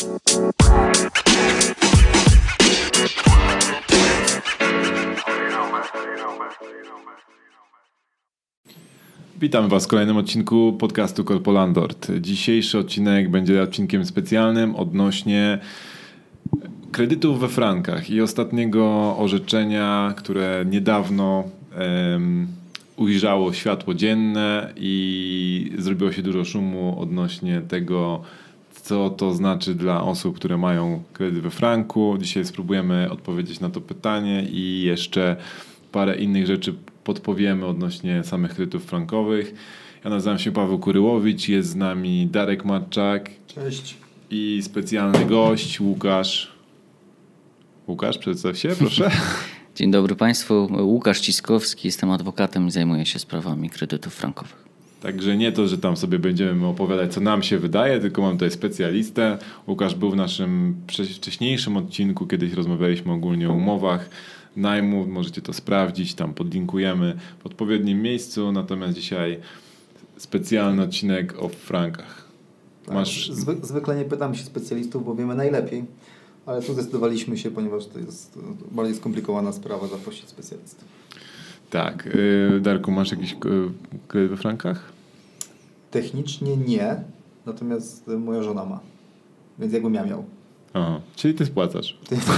Witam Was w kolejnym odcinku podcastu Corpo Landlord. Dzisiejszy odcinek będzie odcinkiem specjalnym odnośnie kredytów we frankach i ostatniego orzeczenia, które niedawno ujrzało światło dzienne i zrobiło się dużo szumu odnośnie tego, co to znaczy dla osób, które mają kredyt we franku. Dzisiaj spróbujemy odpowiedzieć na to pytanie i jeszcze parę innych rzeczy podpowiemy odnośnie samych kredytów frankowych. Ja nazywam się Paweł Kuryłowicz, jest z nami Darek Matczak. Cześć. I specjalny gość Łukasz. Łukasz, przedstaw się, proszę. Dzień dobry Państwu, Łukasz Ciskowski, jestem adwokatem i zajmuję się sprawami kredytów frankowych. Także nie to, że tam sobie będziemy opowiadać, co nam się wydaje, tylko mam tutaj specjalistę. Łukasz był w naszym wcześniejszym odcinku, kiedyś rozmawialiśmy ogólnie o umowach najmu, możecie to sprawdzić, tam podlinkujemy w odpowiednim miejscu, natomiast dzisiaj specjalny odcinek o frankach. Masz... Zwykle nie pytam się specjalistów, bo wiemy najlepiej, ale tu zdecydowaliśmy się, ponieważ to jest bardziej skomplikowana sprawa, zaprosić specjalistów. Tak. Darku, masz jakiś kredyt we frankach? Technicznie nie, natomiast moja żona ma, więc jakbym ja miał. Aha, czyli ty spłacasz.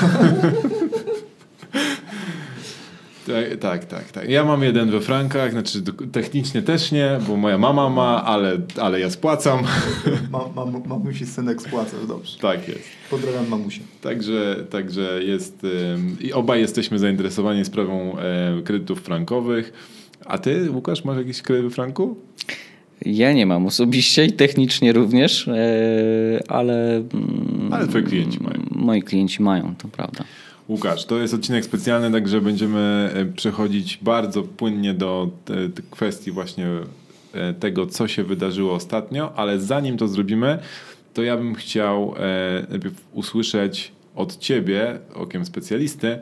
Tak. Ja mam jeden we frankach, znaczy technicznie też nie, bo moja mama ma, ale ja spłacam. Mamusi synek spłaca, dobrze. Tak jest. Pozdrawiam mamusię. Także jest i obaj jesteśmy zainteresowani sprawą kredytów frankowych. A ty, Łukasz, masz jakiś kredyt we franku? Ja nie mam osobiście i technicznie również, ale twoi klienci mają. Moi klienci mają, to prawda. Łukasz, to jest odcinek specjalny, także będziemy przechodzić bardzo płynnie do kwestii właśnie tego, co się wydarzyło ostatnio, ale zanim to zrobimy, to ja bym chciał najpierw usłyszeć od ciebie, okiem specjalisty,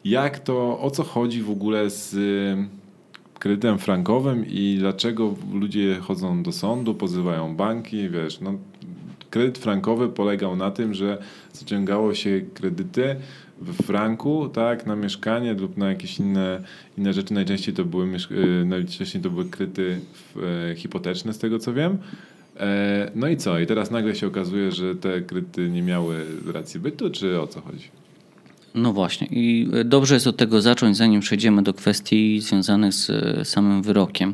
o co chodzi w ogóle z kredytem frankowym i dlaczego ludzie chodzą do sądu, pozywają banki, wiesz, no kredyt frankowy polegał na tym, że zaciągało się kredyty w franku, tak, na mieszkanie lub na jakieś inne rzeczy. Najczęściej to były kredyty hipoteczne, z tego co wiem. No i co? I teraz nagle się okazuje, że te kredyty nie miały racji bytu, czy o co chodzi? No właśnie i dobrze jest od tego zacząć, zanim przejdziemy do kwestii związanych z samym wyrokiem.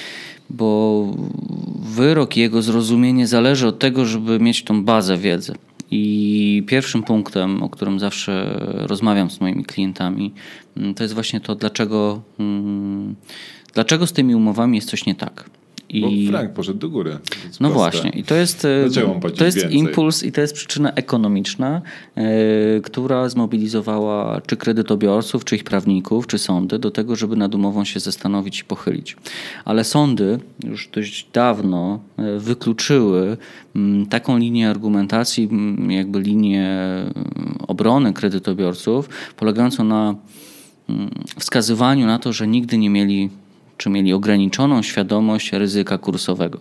Bo wyrok i jego zrozumienie zależy od tego, żeby mieć tą bazę wiedzy. I pierwszym punktem, o którym zawsze rozmawiam z moimi klientami, to jest właśnie to, dlaczego z tymi umowami jest coś nie tak. Bo frank poszedł do góry. No właśnie. I to jest impuls i to jest przyczyna ekonomiczna, która zmobilizowała czy kredytobiorców, czy ich prawników, czy sądy do tego, żeby nad umową się zastanowić i pochylić. Ale sądy już dość dawno wykluczyły taką linię argumentacji, jakby linię obrony kredytobiorców, polegającą na wskazywaniu na to, że nigdy nie mieli ograniczoną świadomość ryzyka kursowego.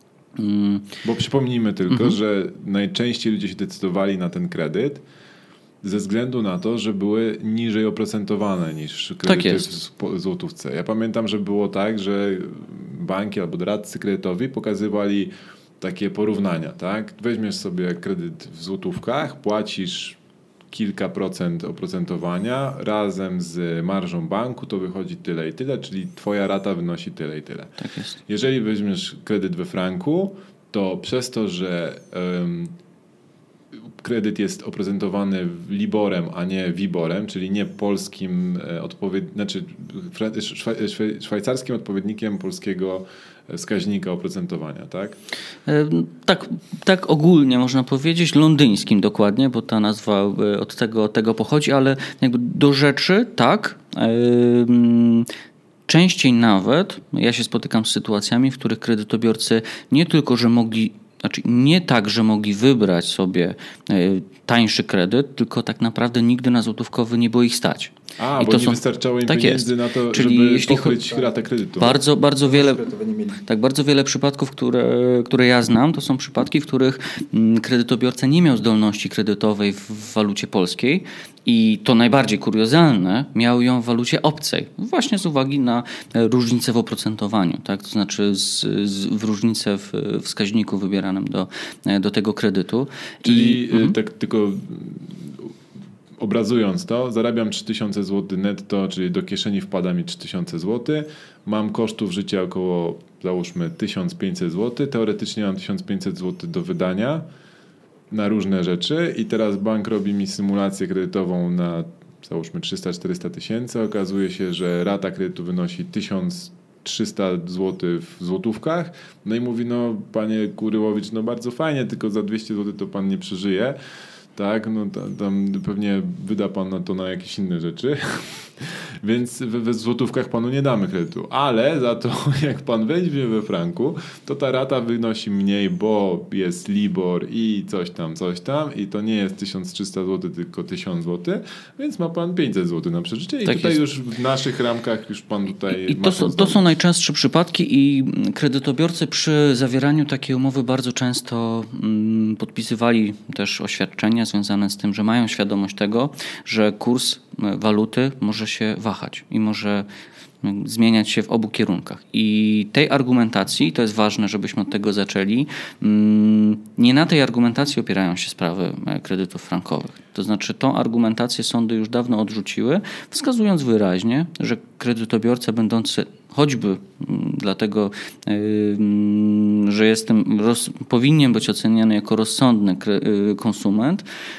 Bo przypomnijmy tylko, że najczęściej ludzie się decydowali na ten kredyt ze względu na to, że były niżej oprocentowane niż kredyty w złotówce. Ja pamiętam, że było tak, że banki albo doradcy kredytowi pokazywali takie porównania. Tak? Weźmiesz sobie kredyt w złotówkach, płacisz kilka procent oprocentowania razem z marżą banku, to wychodzi tyle i tyle, czyli twoja rata wynosi tyle i tyle. Tak jest. Jeżeli weźmiesz kredyt we franku, to przez to, że kredyt jest oprocentowany Liborem, a nie Wiborem, czyli nie polskim szwajcarskim odpowiednikiem polskiego wskaźnika oprocentowania, tak? Tak ogólnie można powiedzieć, londyńskim dokładnie, bo ta nazwa od tego pochodzi, ale jakby do rzeczy tak. Częściej nawet ja się spotykam z sytuacjami, w których kredytobiorcy nie tylko, że mogli, nie tak, że mogli wybrać sobie tańszy kredyt, tylko tak naprawdę nigdy na złotówkowy nie było ich stać. Bo nie wystarczało im pieniędzy na to, żeby pokryć ratę kredytu. Bardzo wiele przypadków, które ja znam, to są przypadki, w których kredytobiorca nie miał zdolności kredytowej w walucie polskiej i to najbardziej kuriozalne, miał ją w walucie obcej. Właśnie z uwagi na różnicę w oprocentowaniu, tak? To znaczy w różnicę w wskaźniku wybieranym do tego kredytu. Czyli tak tylko obrazując to, zarabiam 3000 zł netto, czyli do kieszeni wpada mi 3000 zł, mam kosztów życia około, załóżmy, 1500 zł, teoretycznie mam 1500 zł do wydania na różne rzeczy i teraz bank robi mi symulację kredytową na, załóżmy, 300-400 tysięcy, okazuje się, że rata kredytu wynosi 1300 zł w złotówkach, no i mówi, no panie Kuryłowicz, no bardzo fajnie, tylko za 200 zł to pan nie przeżyje. Tak, no tam pewnie wyda pan na to na jakieś inne rzeczy, więc w złotówkach panu nie damy kredytu, ale za to jak pan weźmie we franku, to ta rata wynosi mniej, bo jest LIBOR i coś tam i to nie jest 1300 zł, tylko 1000 zł, więc ma pan 500 zł na przeżycie i tak tutaj jest. Już w naszych ramkach już pan tutaj... I to są najczęstsze przypadki i kredytobiorcy przy zawieraniu takiej umowy bardzo często podpisywali też oświadczenia związane z tym, że mają świadomość tego, że kurs waluty może się wahać i może zmieniać się w obu kierunkach. I tej argumentacji, to jest ważne, żebyśmy od tego zaczęli, nie na tej argumentacji opierają się sprawy kredytów frankowych. To znaczy tą argumentację sądy już dawno odrzuciły, wskazując wyraźnie, że kredytobiorca będący choćby dlatego, że powinien być oceniany jako rozsądny konsument,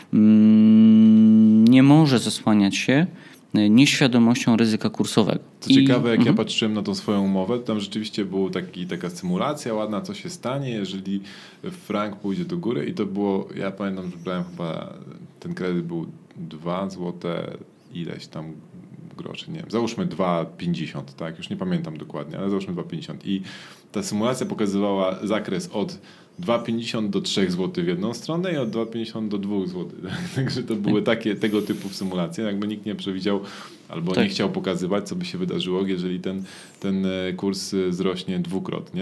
nie może zasłaniać się nieświadomością ryzyka kursowego. Co ciekawe, jak ja patrzyłem na tą swoją umowę, to tam rzeczywiście była taka symulacja ładna, co się stanie, jeżeli frank pójdzie do góry i to było, ja pamiętam, że brałem chyba, ten kredyt był 2 złote ileś tam groszy, nie wiem, załóżmy 2,50, tak, już nie pamiętam dokładnie, ale załóżmy 2,50 i ta symulacja pokazywała zakres od 2,50 do 3 zł w jedną stronę i od 2,50 do 2 zł. Także to były tego typu symulacje. Jakby nikt nie przewidział albo nie chciał pokazywać, co by się wydarzyło, jeżeli ten kurs wzrośnie dwukrotnie.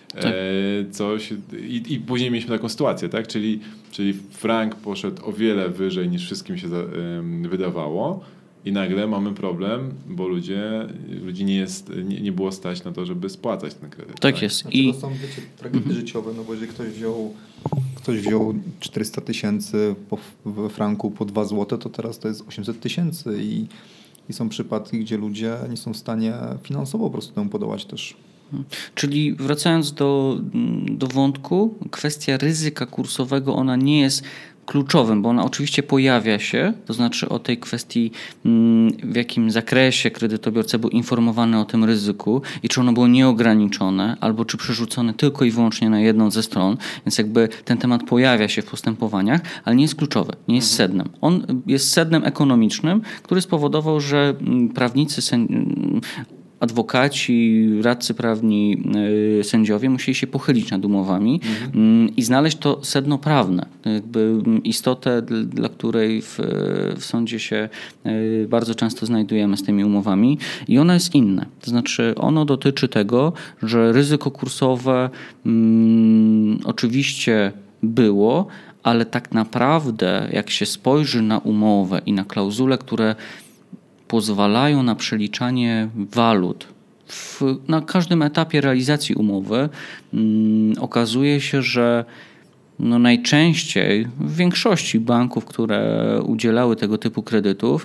I później mieliśmy taką sytuację, tak? Czyli frank poszedł o wiele wyżej niż wszystkim się wydawało. I nagle mamy problem, bo ludzi nie było stać na to, żeby spłacać ten kredyt. Tak jest. To są tragedie życiowe, no bo jeżeli ktoś wziął 400 tysięcy we franku po 2 zł, to teraz to jest 800 tysięcy i są przypadki, gdzie ludzie nie są w stanie finansowo po prostu temu podołać też. Czyli wracając do wątku, kwestia ryzyka kursowego, ona nie jest kluczowym, bo ona oczywiście pojawia się, to znaczy o tej kwestii, w jakim zakresie kredytobiorca był informowany o tym ryzyku i czy ono było nieograniczone, albo czy przerzucone tylko i wyłącznie na jedną ze stron, więc jakby ten temat pojawia się w postępowaniach, ale nie jest kluczowy, nie jest sednem. On jest sednem ekonomicznym, który spowodował, że prawnicy, adwokaci, radcy prawni, sędziowie musieli się pochylić nad umowami i znaleźć to sedno prawne, jakby istotę, dla której w sądzie się bardzo często znajdujemy z tymi umowami i ono jest inne. To znaczy ono dotyczy tego, że ryzyko kursowe oczywiście było, ale tak naprawdę jak się spojrzy na umowę i na klauzule, które pozwalają na przeliczanie walut na każdym etapie realizacji umowy, okazuje się, że najczęściej w większości banków, które udzielały tego typu kredytów,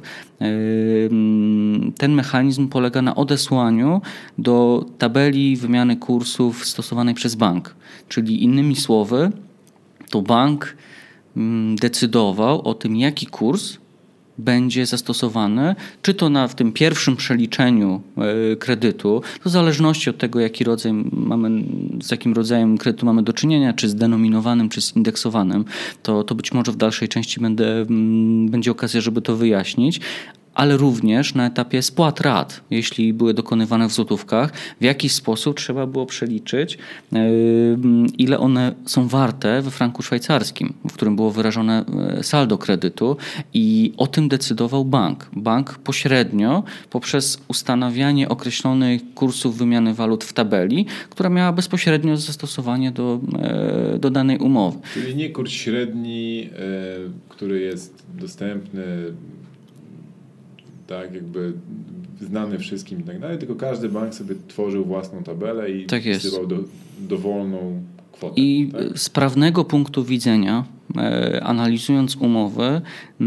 ten mechanizm polega na odesłaniu do tabeli wymiany kursów stosowanej przez bank. Czyli innymi słowy, to bank decydował o tym, jaki kurs będzie zastosowany, czy to w tym pierwszym przeliczeniu kredytu, to w zależności od tego, z jakim rodzajem kredytu mamy do czynienia, czy zdenominowanym, czy zindeksowanym, to być może w dalszej części będzie okazja, żeby to wyjaśnić, ale również na etapie spłat rat, jeśli były dokonywane w złotówkach, w jaki sposób trzeba było przeliczyć, ile one są warte we franku szwajcarskim, w którym było wyrażone saldo kredytu i o tym decydował bank. Bank pośrednio poprzez ustanawianie określonych kursów wymiany walut w tabeli, która miała bezpośrednio zastosowanie do danej umowy. Czyli nie kurs średni, który jest dostępny, tak jakby znany wszystkim i tak dalej, tylko każdy bank sobie tworzył własną tabelę i wpisywał dowolną kwotę. I z prawnego punktu widzenia, analizując umowy,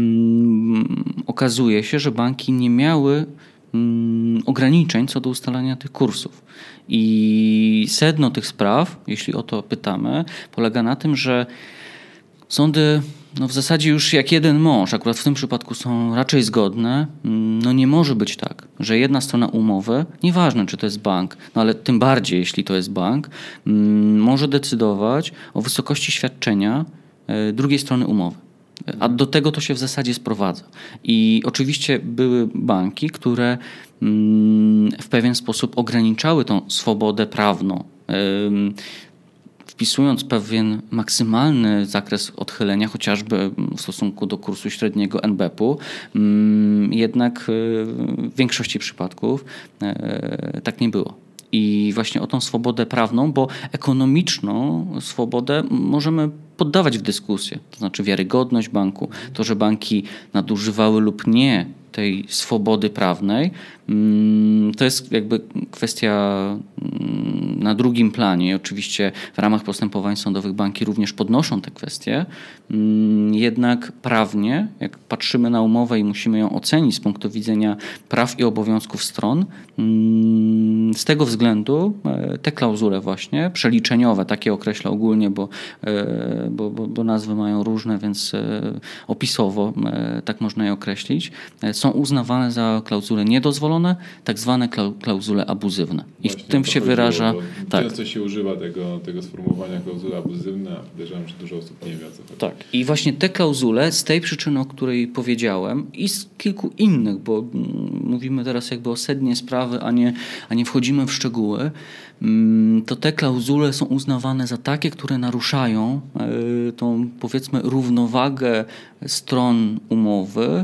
okazuje się, że banki nie miały ograniczeń co do ustalania tych kursów. I sedno tych spraw, jeśli o to pytamy, polega na tym, że sądy w zasadzie już jak jeden mąż, akurat w tym przypadku są raczej zgodne. Nie może być tak, że jedna strona umowy, nieważne czy to jest bank, ale tym bardziej jeśli to jest bank, może decydować o wysokości świadczenia drugiej strony umowy. A do tego to się w zasadzie sprowadza. I oczywiście były banki, które w pewien sposób ograniczały tą swobodę prawną, wpisując pewien maksymalny zakres odchylenia, chociażby w stosunku do kursu średniego NBP-u, jednak w większości przypadków tak nie było. I właśnie o tą swobodę prawną, bo ekonomiczną swobodę możemy poddawać w dyskusję. To znaczy wiarygodność banku, to, że banki nadużywały lub nie tej swobody prawnej, to jest jakby kwestia na drugim planie. Oczywiście w ramach postępowań sądowych banki również podnoszą te kwestie. Jednak prawnie, jak patrzymy na umowę i musimy ją ocenić z punktu widzenia praw i obowiązków stron, z tego względu te klauzule właśnie przeliczeniowe, takie określę ogólnie, bo nazwy mają różne, więc opisowo tak można je określić, są uznawane za klauzule niedozwolone, tak zwane klauzule abuzywne. I właśnie w tym się wyraża... Często się używa tego sformułowania klauzule abuzywne, a podejrzewam, że dużo osób nie wie, o co chodzi. Tak. I właśnie te klauzule z tej przyczyny, o której powiedziałem i z kilku innych, bo mówimy teraz jakby o sednie sprawy, a nie wchodzimy w szczegóły, to te klauzule są uznawane za takie, które naruszają tą, powiedzmy, równowagę stron umowy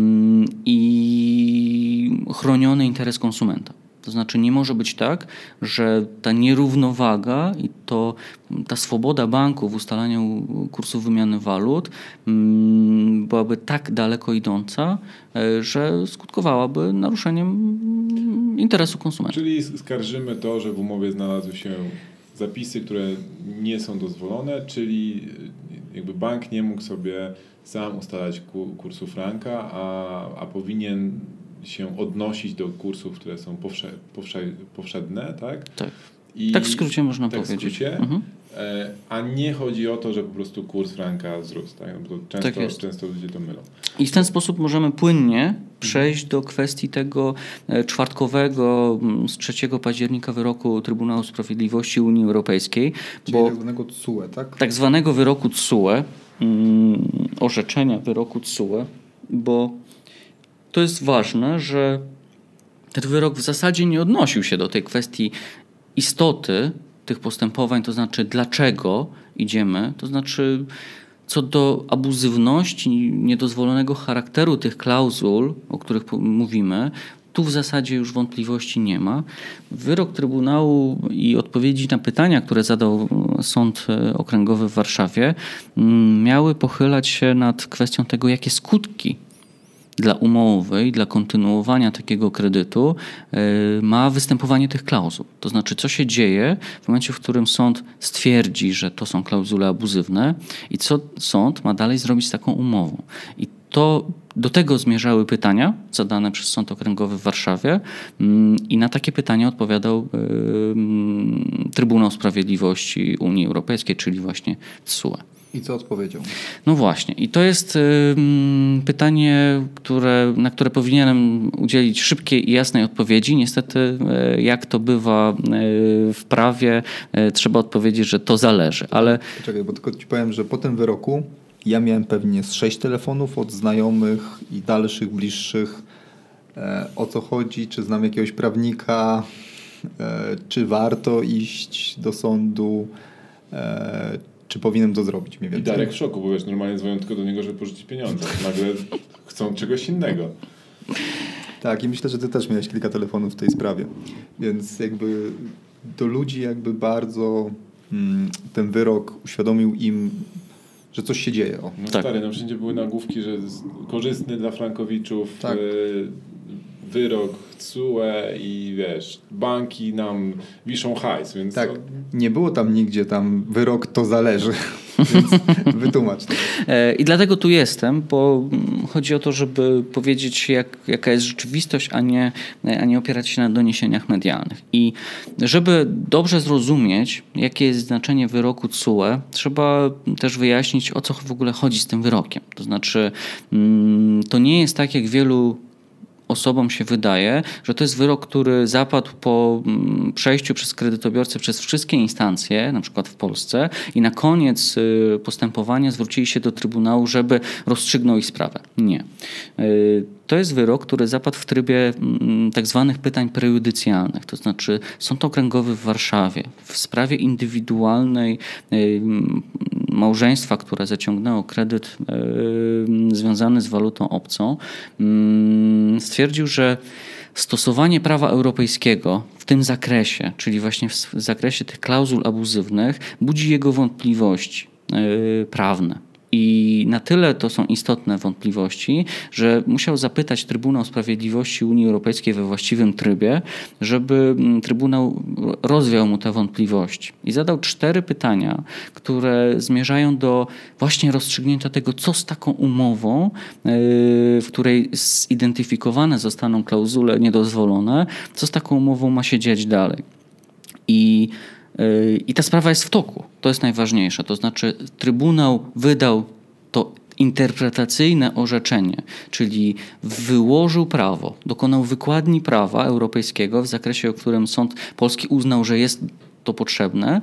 i chroniony interes konsumenta. To znaczy nie może być tak, że ta nierównowaga i ta swoboda banku w ustalaniu kursów wymiany walut byłaby tak daleko idąca, że skutkowałaby naruszeniem interesu konsumenta. Czyli skarżymy to, że w umowie znalazły się zapisy, które nie są dozwolone, czyli jakby bank nie mógł sobie sam ustalać kursu franka, a powinien się odnosić do kursów, które są powszednie, tak? Tak. Tak w skrócie można powiedzieć. W skrócie, a nie chodzi o to, że po prostu kurs franka wzrósł. Tak? No bo często ludzie to mylą. I w ten sposób możemy płynnie przejść do kwestii tego czwartkowego z 3 października wyroku Trybunału Sprawiedliwości Unii Europejskiej. Czyli tak zwanego TSUE, tak? Tak zwanego wyroku TSUE, orzeczenia wyroku TSUE, bo to jest ważne, że ten wyrok w zasadzie nie odnosił się do tej kwestii istoty tych postępowań, to znaczy dlaczego idziemy, to znaczy co do abuzywności, niedozwolonego charakteru tych klauzul, o których mówimy, tu w zasadzie już wątpliwości nie ma. Wyrok Trybunału i odpowiedzi na pytania, które zadał Sąd Okręgowy w Warszawie, miały pochylać się nad kwestią tego, jakie skutki dla umowy i dla kontynuowania takiego kredytu ma występowanie tych klauzul. To znaczy, co się dzieje w momencie, w którym sąd stwierdzi, że to są klauzule abuzywne i co sąd ma dalej zrobić z taką umową. I do tego zmierzały pytania zadane przez Sąd Okręgowy w Warszawie i na takie pytania odpowiadał Trybunał Sprawiedliwości Unii Europejskiej, czyli właśnie TSUE. I co odpowiedział? No właśnie. I to jest pytanie, na które powinienem udzielić szybkiej i jasnej odpowiedzi. Niestety, jak to bywa w prawie, trzeba odpowiedzieć, że to zależy. Ale... Czekaj, bo tylko ci powiem, że po tym wyroku ja miałem pewnie z 6 telefonów od znajomych i dalszych, bliższych o co chodzi, czy znam jakiegoś prawnika, czy warto iść do sądu, czy powinienem to zrobić mniej więcej. I Darek w szoku, bo wiesz, normalnie dzwonią tylko do niego, żeby pożyczyć pieniądze. Nagle chcą czegoś innego. Tak, i myślę, że ty też miałeś kilka telefonów w tej sprawie. Więc jakby do ludzi jakby bardzo ten wyrok uświadomił im, że coś się dzieje. No tak. Stary, no wszędzie były nagłówki, że korzystny dla frankowiczów, tak. Wyrok TSUE i wiesz, banki nam wiszą hajs, więc... Tak, nie było tam nigdzie wyrok to zależy, więc wytłumacz to. I dlatego tu jestem, bo chodzi o to, żeby powiedzieć jaka jest rzeczywistość, a nie opierać się na doniesieniach medialnych. I żeby dobrze zrozumieć, jakie jest znaczenie wyroku TSUE, trzeba też wyjaśnić, o co w ogóle chodzi z tym wyrokiem. To znaczy, to nie jest tak, jak wielu osobom się wydaje, że to jest wyrok, który zapadł po przejściu przez kredytobiorcę przez wszystkie instancje, na przykład w Polsce, i na koniec postępowania zwrócili się do Trybunału, żeby rozstrzygnął ich sprawę. Nie. To jest wyrok, który zapadł w trybie tak zwanych pytań prejudycjalnych, to znaczy Sąd Okręgowy w Warszawie w sprawie indywidualnej małżeństwa, które zaciągnęło kredyt związany z walutą obcą, stwierdził, że stosowanie prawa europejskiego w tym zakresie, czyli właśnie w zakresie tych klauzul abuzywnych, budzi jego wątpliwości prawne. I na tyle to są istotne wątpliwości, że musiał zapytać Trybunał Sprawiedliwości Unii Europejskiej we właściwym trybie, żeby Trybunał rozwiał mu te wątpliwości. I zadał 4 pytania, które zmierzają do właśnie rozstrzygnięcia tego, co z taką umową, w której zidentyfikowane zostaną klauzule niedozwolone, co z taką umową ma się dziać dalej. I ta sprawa jest w toku. To jest najważniejsze. To znaczy Trybunał wydał to interpretacyjne orzeczenie, czyli wyłożył prawo, dokonał wykładni prawa europejskiego w zakresie, o którym sąd polski uznał, że jest to potrzebne.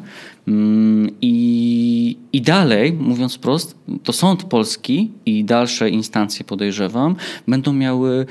I dalej, mówiąc wprost, to sąd polski i dalsze instancje, podejrzewam, będą miały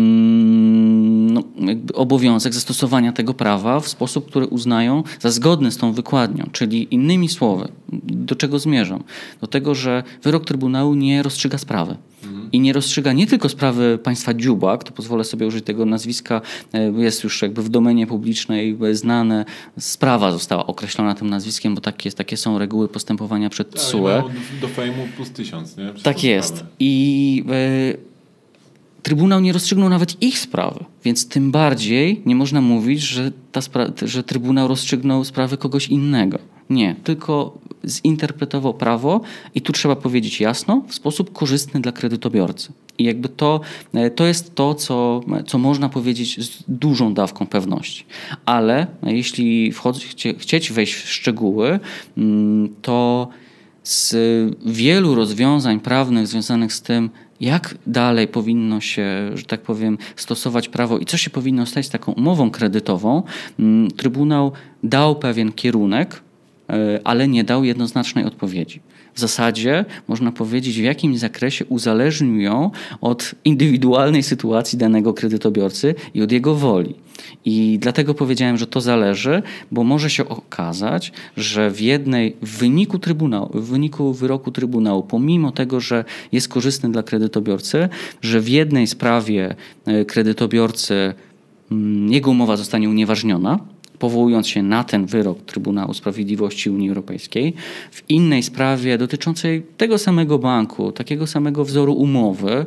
jakby obowiązek zastosowania tego prawa w sposób, który uznają za zgodny z tą wykładnią. Czyli innymi słowy, do czego zmierzam? Do tego, że wyrok Trybunału nie rozstrzyga sprawy. I nie rozstrzyga nie tylko sprawy państwa Dziubak, to pozwolę sobie użyć tego nazwiska, jest już jakby w domenie publicznej znane, sprawa została określona tym nazwiskiem, bo takie są reguły postępowania przed TSUE. Do fejmu plus 1000, nie? Tak jest. I Trybunał nie rozstrzygnął nawet ich sprawy, więc tym bardziej nie można mówić, że Trybunał rozstrzygnął sprawy kogoś innego. Nie, tylko zinterpretował prawo i tu trzeba powiedzieć jasno, w sposób korzystny dla kredytobiorcy. I jakby to jest to, co można powiedzieć z dużą dawką pewności. Ale jeśli chcieć wejść w szczegóły, to z wielu rozwiązań prawnych związanych z tym, jak dalej powinno się, że tak powiem, stosować prawo i co się powinno stać z taką umową kredytową, Trybunał dał pewien kierunek, ale nie dał jednoznacznej odpowiedzi. W zasadzie można powiedzieć, w jakim zakresie uzależnił ją od indywidualnej sytuacji danego kredytobiorcy i od jego woli. I dlatego powiedziałem, że to zależy, bo może się okazać, że w wyniku wyroku Trybunału, pomimo tego, że jest korzystny dla kredytobiorcy, że w jednej sprawie kredytobiorcy jego umowa zostanie unieważniona, powołując się na ten wyrok Trybunału Sprawiedliwości Unii Europejskiej, w innej sprawie dotyczącej tego samego banku, takiego samego wzoru umowy,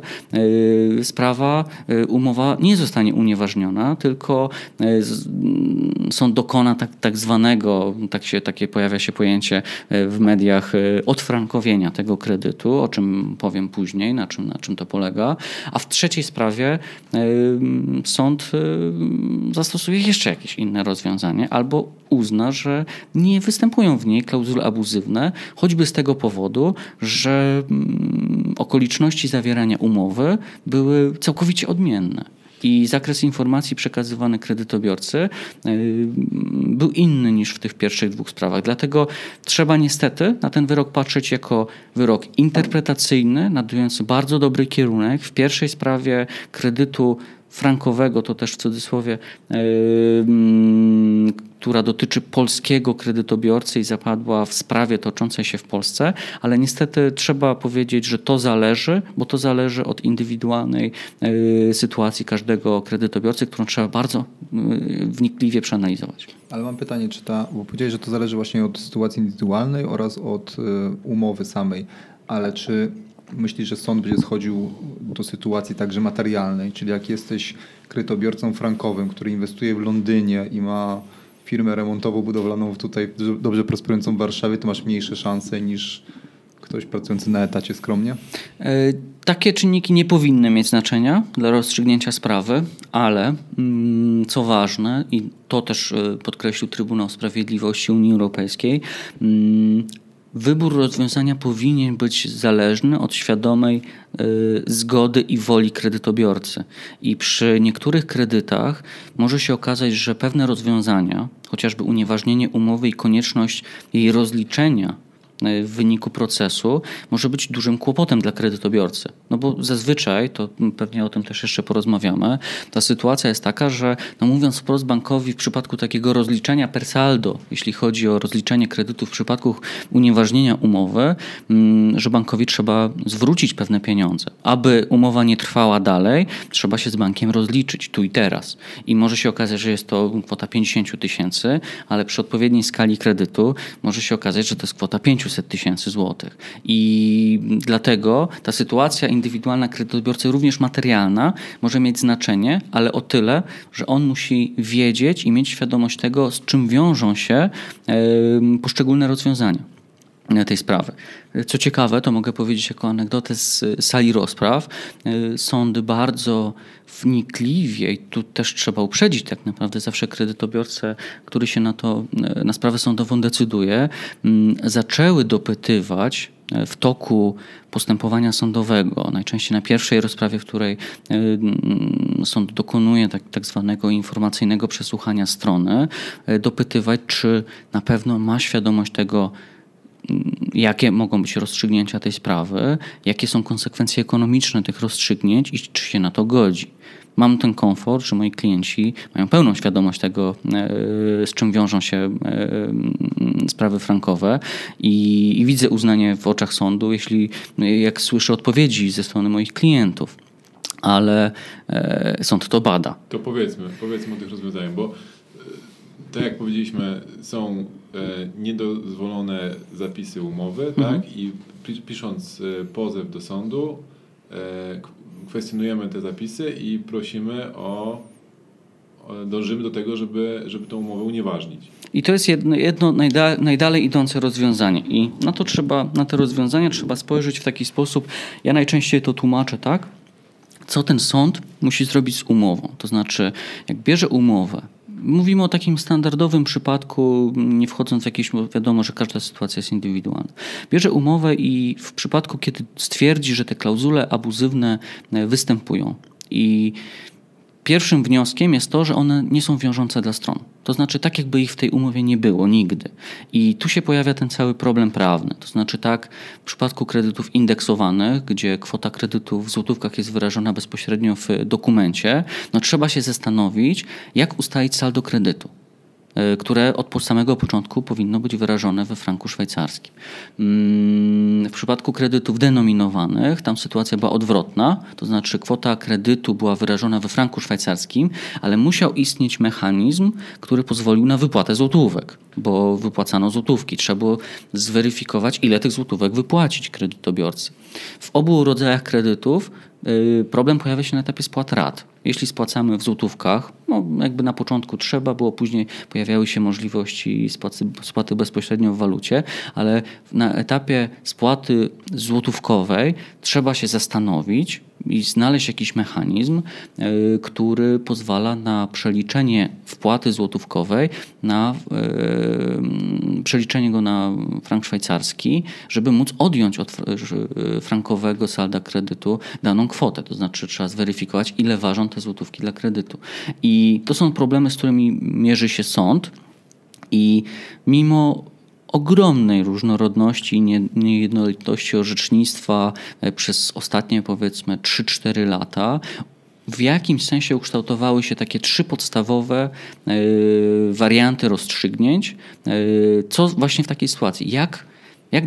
umowa nie zostanie unieważniona, tylko sąd dokona tak zwanego, takie pojawia się pojęcie w mediach, odfrankowienia tego kredytu, o czym powiem później, na czym to polega, a w trzeciej sprawie sąd zastosuje jeszcze jakieś inne rozwiązanie, albo uzna, że nie występują w niej klauzule abuzywne, choćby z tego powodu, że okoliczności zawierania umowy były całkowicie odmienne. I zakres informacji przekazywany kredytobiorcy był inny niż w tych pierwszych 2 sprawach. Dlatego trzeba niestety na ten wyrok patrzeć jako wyrok interpretacyjny, nadający bardzo dobry kierunek. W pierwszej sprawie kredytu frankowego, to też w cudzysłowie, która dotyczy polskiego kredytobiorcy i zapadła w sprawie toczącej się w Polsce, ale niestety trzeba powiedzieć, że to zależy, bo to zależy od indywidualnej sytuacji każdego kredytobiorcy, którą trzeba bardzo wnikliwie przeanalizować. Ale mam pytanie, bo powiedziałeś, że to zależy właśnie od sytuacji indywidualnej oraz od umowy samej, ale czy myślisz, że sąd będzie schodził do sytuacji także materialnej, czyli jak jesteś kredytobiorcą frankowym, który inwestuje w Londynie i ma firmę remontowo-budowlaną tutaj dobrze prosperującą w Warszawie, to masz mniejsze szanse niż ktoś pracujący na etacie skromnie? Takie czynniki nie powinny mieć znaczenia dla rozstrzygnięcia sprawy, ale co ważne, i to też podkreślił Trybunał Sprawiedliwości Unii Europejskiej, wybór rozwiązania powinien być zależny od świadomej zgody i woli kredytobiorcy. I przy niektórych kredytach może się okazać, że pewne rozwiązania, chociażby unieważnienie umowy i konieczność jej rozliczenia w wyniku procesu, może być dużym kłopotem dla kredytobiorcy. No bo zazwyczaj, to pewnie o tym też jeszcze porozmawiamy, ta sytuacja jest taka, że mówiąc wprost bankowi w przypadku takiego rozliczenia per saldo, jeśli chodzi o rozliczenie kredytu w przypadku unieważnienia umowy, że bankowi trzeba zwrócić pewne pieniądze. Aby umowa nie trwała dalej, trzeba się z bankiem rozliczyć tu i teraz. I może się okazać, że jest to kwota 50 000, ale przy odpowiedniej skali kredytu może się okazać, że to jest kwota 500 000 złotych. I dlatego ta sytuacja indywidualna kredytobiorcy, również materialna, może mieć znaczenie, ale o tyle, że on musi wiedzieć i mieć świadomość tego, z czym wiążą się poszczególne rozwiązania tej sprawy. Co ciekawe, to mogę powiedzieć jako anegdotę z sali rozpraw. Sądy bardzo wnikliwie, i tu też trzeba uprzedzić tak naprawdę zawsze kredytobiorcę, który się na sprawę sądową decyduje, zaczęły dopytywać w toku postępowania sądowego, najczęściej na pierwszej rozprawie, w której sąd dokonuje tak zwanego informacyjnego przesłuchania strony, dopytywać, czy na pewno ma świadomość tego, jakie mogą być rozstrzygnięcia tej sprawy, jakie są konsekwencje ekonomiczne tych rozstrzygnięć i czy się na to godzi. Mam ten komfort, że moi klienci mają pełną świadomość tego, z czym wiążą się sprawy frankowe i widzę uznanie w oczach sądu, jak słyszę odpowiedzi ze strony moich klientów. Ale sąd to bada. To powiedzmy o tych rozwiązaniach, bo tak jak powiedzieliśmy, są niedozwolone zapisy umowy, tak? I pisząc pozew do sądu, kwestionujemy te zapisy i prosimy dążymy do tego, żeby tę umowę unieważnić. I to jest jedno najdalej idące rozwiązanie. I na te rozwiązania trzeba spojrzeć w taki sposób, ja najczęściej to tłumaczę tak, co ten sąd musi zrobić z umową. To znaczy, jak bierze umowę, mówimy o takim standardowym przypadku, nie wchodząc w jakieś, wiadomo, że każda sytuacja jest indywidualna. Bierze umowę i w przypadku, kiedy stwierdzi, że te klauzule abuzywne występują i pierwszym wnioskiem jest to, że one nie są wiążące dla stron. To znaczy tak, jakby ich w tej umowie nie było nigdy. I tu się pojawia ten cały problem prawny. To znaczy tak, w przypadku kredytów indeksowanych, gdzie kwota kredytu w złotówkach jest wyrażona bezpośrednio w dokumencie, trzeba się zastanowić, jak ustalić saldo kredytu, które od samego początku powinno być wyrażone we franku szwajcarskim. W przypadku kredytów denominowanych tam sytuacja była odwrotna, to znaczy kwota kredytu była wyrażona we franku szwajcarskim, ale musiał istnieć mechanizm, który pozwolił na wypłatę złotówek, bo wypłacano złotówki. Trzeba było zweryfikować, ile tych złotówek wypłacić kredytobiorcy. W obu rodzajach kredytów problem pojawia się na etapie spłat rat. Jeśli spłacamy w złotówkach, jakby na początku trzeba było, później pojawiały się możliwości spłaty bezpośrednio w walucie, ale na etapie spłaty złotówkowej trzeba się zastanowić i znaleźć jakiś mechanizm, który pozwala na przeliczenie wpłaty złotówkowej, na przeliczenie go na frank szwajcarski, żeby móc odjąć od frankowego salda kredytu daną kwotę. To znaczy trzeba zweryfikować, ile ważą te złotówki dla kredytu. I to są problemy, z którymi mierzy się sąd i mimo ogromnej różnorodności i niejednolitości orzecznictwa przez ostatnie, powiedzmy, 3-4 lata w jakimś sensie ukształtowały się takie 3 podstawowe warianty rozstrzygnięć. Co właśnie w takiej sytuacji? Jak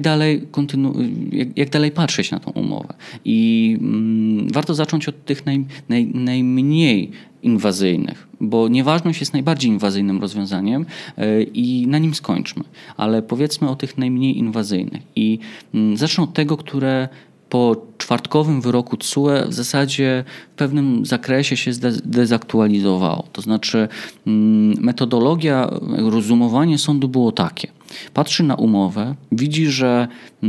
dalej patrzeć na tą umowę? I warto zacząć od tych najmniej inwazyjnych, bo nieważność jest najbardziej inwazyjnym rozwiązaniem i na nim skończmy. Ale powiedzmy o tych najmniej inwazyjnych. I zacznę od tego, które po czwartkowym wyroku TSUE w zasadzie w pewnym zakresie się zdezaktualizowało. To znaczy metodologia, rozumowanie sądu było takie. Patrzy na umowę, widzi, że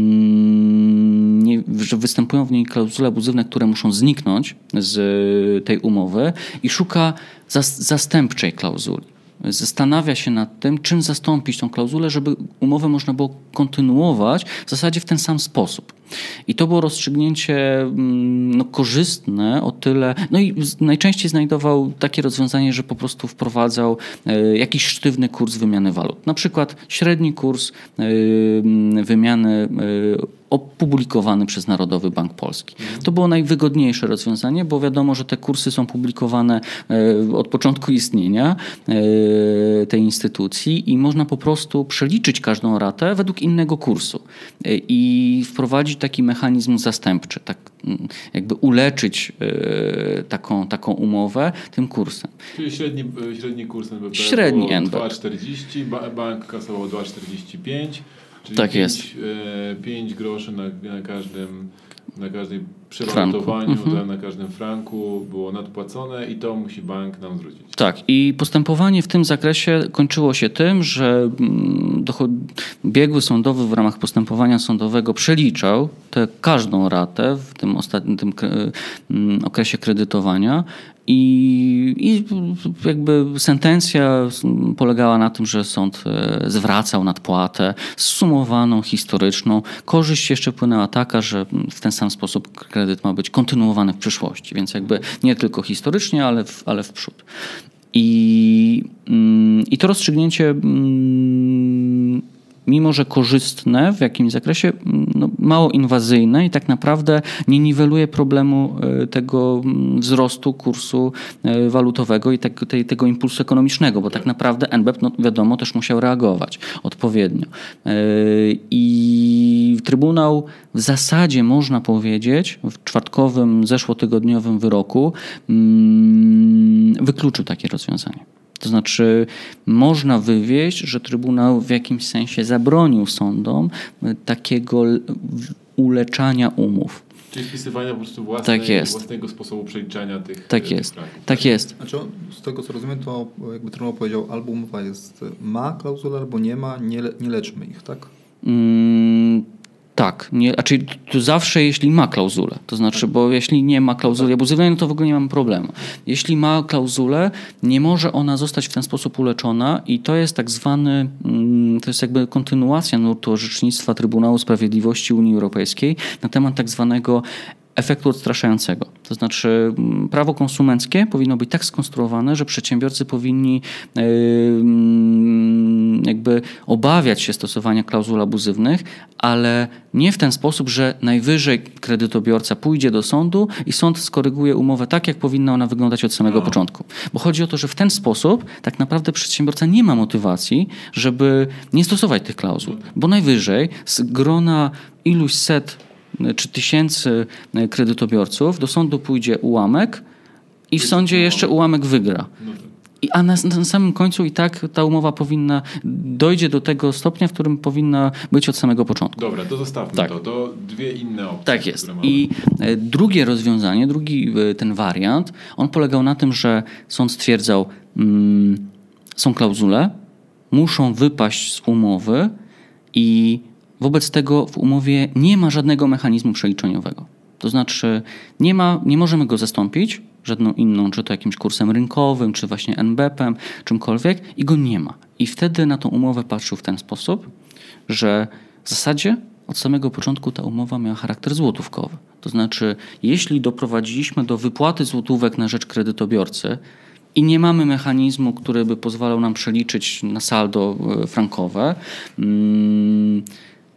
występują w niej klauzule abuzywne, które muszą zniknąć z tej umowy i szuka zastępczej klauzuli. Zastanawia się nad tym, czym zastąpić tą klauzulę, żeby umowę można było kontynuować w zasadzie w ten sam sposób. I to było rozstrzygnięcie korzystne o tyle, no i najczęściej znajdował takie rozwiązanie, że po prostu wprowadzał jakiś sztywny kurs wymiany walut. Na przykład średni kurs wymiany opublikowany przez Narodowy Bank Polski. To było najwygodniejsze rozwiązanie, bo wiadomo, że te kursy są publikowane od początku istnienia tej instytucji i można po prostu przeliczyć każdą ratę według innego kursu i wprowadzić taki mechanizm zastępczy, tak jakby uleczyć taką umowę tym kursem. Czyli średni kurs NBP średni było 2,40, bank kasował 2,45. Czyli tak jest. 5 groszy na każdym przewalutowaniu, na każdym franku było nadpłacone i to musi bank nam zwrócić. Tak. I postępowanie w tym zakresie kończyło się tym, że biegły sądowy w ramach postępowania sądowego przeliczał każdą ratę w tym okresie kredytowania i jakby sentencja polegała na tym, że sąd zwracał nadpłatę zsumowaną, historyczną. Korzyść jeszcze płynęła taka, że w ten sam sposób kredyt ma być kontynuowany w przyszłości, więc jakby nie tylko historycznie, ale w przód. I to rozstrzygnięcie, mimo że korzystne w jakimś zakresie, mało inwazyjne i tak naprawdę nie niweluje problemu tego wzrostu kursu walutowego i tego impulsu ekonomicznego, bo tak naprawdę NBP, wiadomo, też musiał reagować odpowiednio. I Trybunał w zasadzie, można powiedzieć, w czwartkowym, zeszłotygodniowym wyroku wykluczył takie rozwiązanie. To znaczy można wywieść, że Trybunał w jakimś sensie zabronił sądom takiego uleczania umów. Czyli wpisywania po prostu własnego sposobu przeliczania tych franków. Tak jest. Znaczy, z tego co rozumiem, to jakby Trybunał powiedział, albo umowa ma klauzulę, albo nie ma, nie leczmy ich, tak? Tak, czyli to zawsze jeśli ma klauzulę, to znaczy, bo jeśli nie ma klauzuli abuzywnej, no to w ogóle nie mamy problemu. Jeśli ma klauzulę, nie może ona zostać w ten sposób uleczona i to jest tak zwany, to jest jakby kontynuacja nurtu orzecznictwa Trybunału Sprawiedliwości Unii Europejskiej na temat tak zwanego efektu odstraszającego. To znaczy prawo konsumenckie powinno być tak skonstruowane, że przedsiębiorcy powinni jakby obawiać się stosowania klauzul abuzywnych, ale nie w ten sposób, że najwyżej kredytobiorca pójdzie do sądu i sąd skoryguje umowę tak, jak powinna ona wyglądać od samego początku. Bo chodzi o to, że w ten sposób tak naprawdę przedsiębiorca nie ma motywacji, żeby nie stosować tych klauzul. Bo najwyżej z grona iluś set czy tysięcy kredytobiorców do sądu pójdzie ułamek i w sądzie jeszcze ułamek wygra. A na samym końcu i tak ta umowa dojdzie do tego stopnia, w którym powinna być od samego początku. Dobra, to zostawmy to dwie inne opcje. Tak jest. I drugie rozwiązanie, drugi ten wariant, on polegał na tym, że sąd stwierdzał, są klauzule, muszą wypaść z umowy i wobec tego w umowie nie ma żadnego mechanizmu przeliczeniowego. To znaczy nie możemy go zastąpić żadną inną, czy to jakimś kursem rynkowym, czy właśnie NBP-em, czymkolwiek i go nie ma. I wtedy na tą umowę patrzył w ten sposób, że w zasadzie od samego początku ta umowa miała charakter złotówkowy. To znaczy jeśli doprowadziliśmy do wypłaty złotówek na rzecz kredytobiorcy i nie mamy mechanizmu, który by pozwalał nam przeliczyć na saldo frankowe,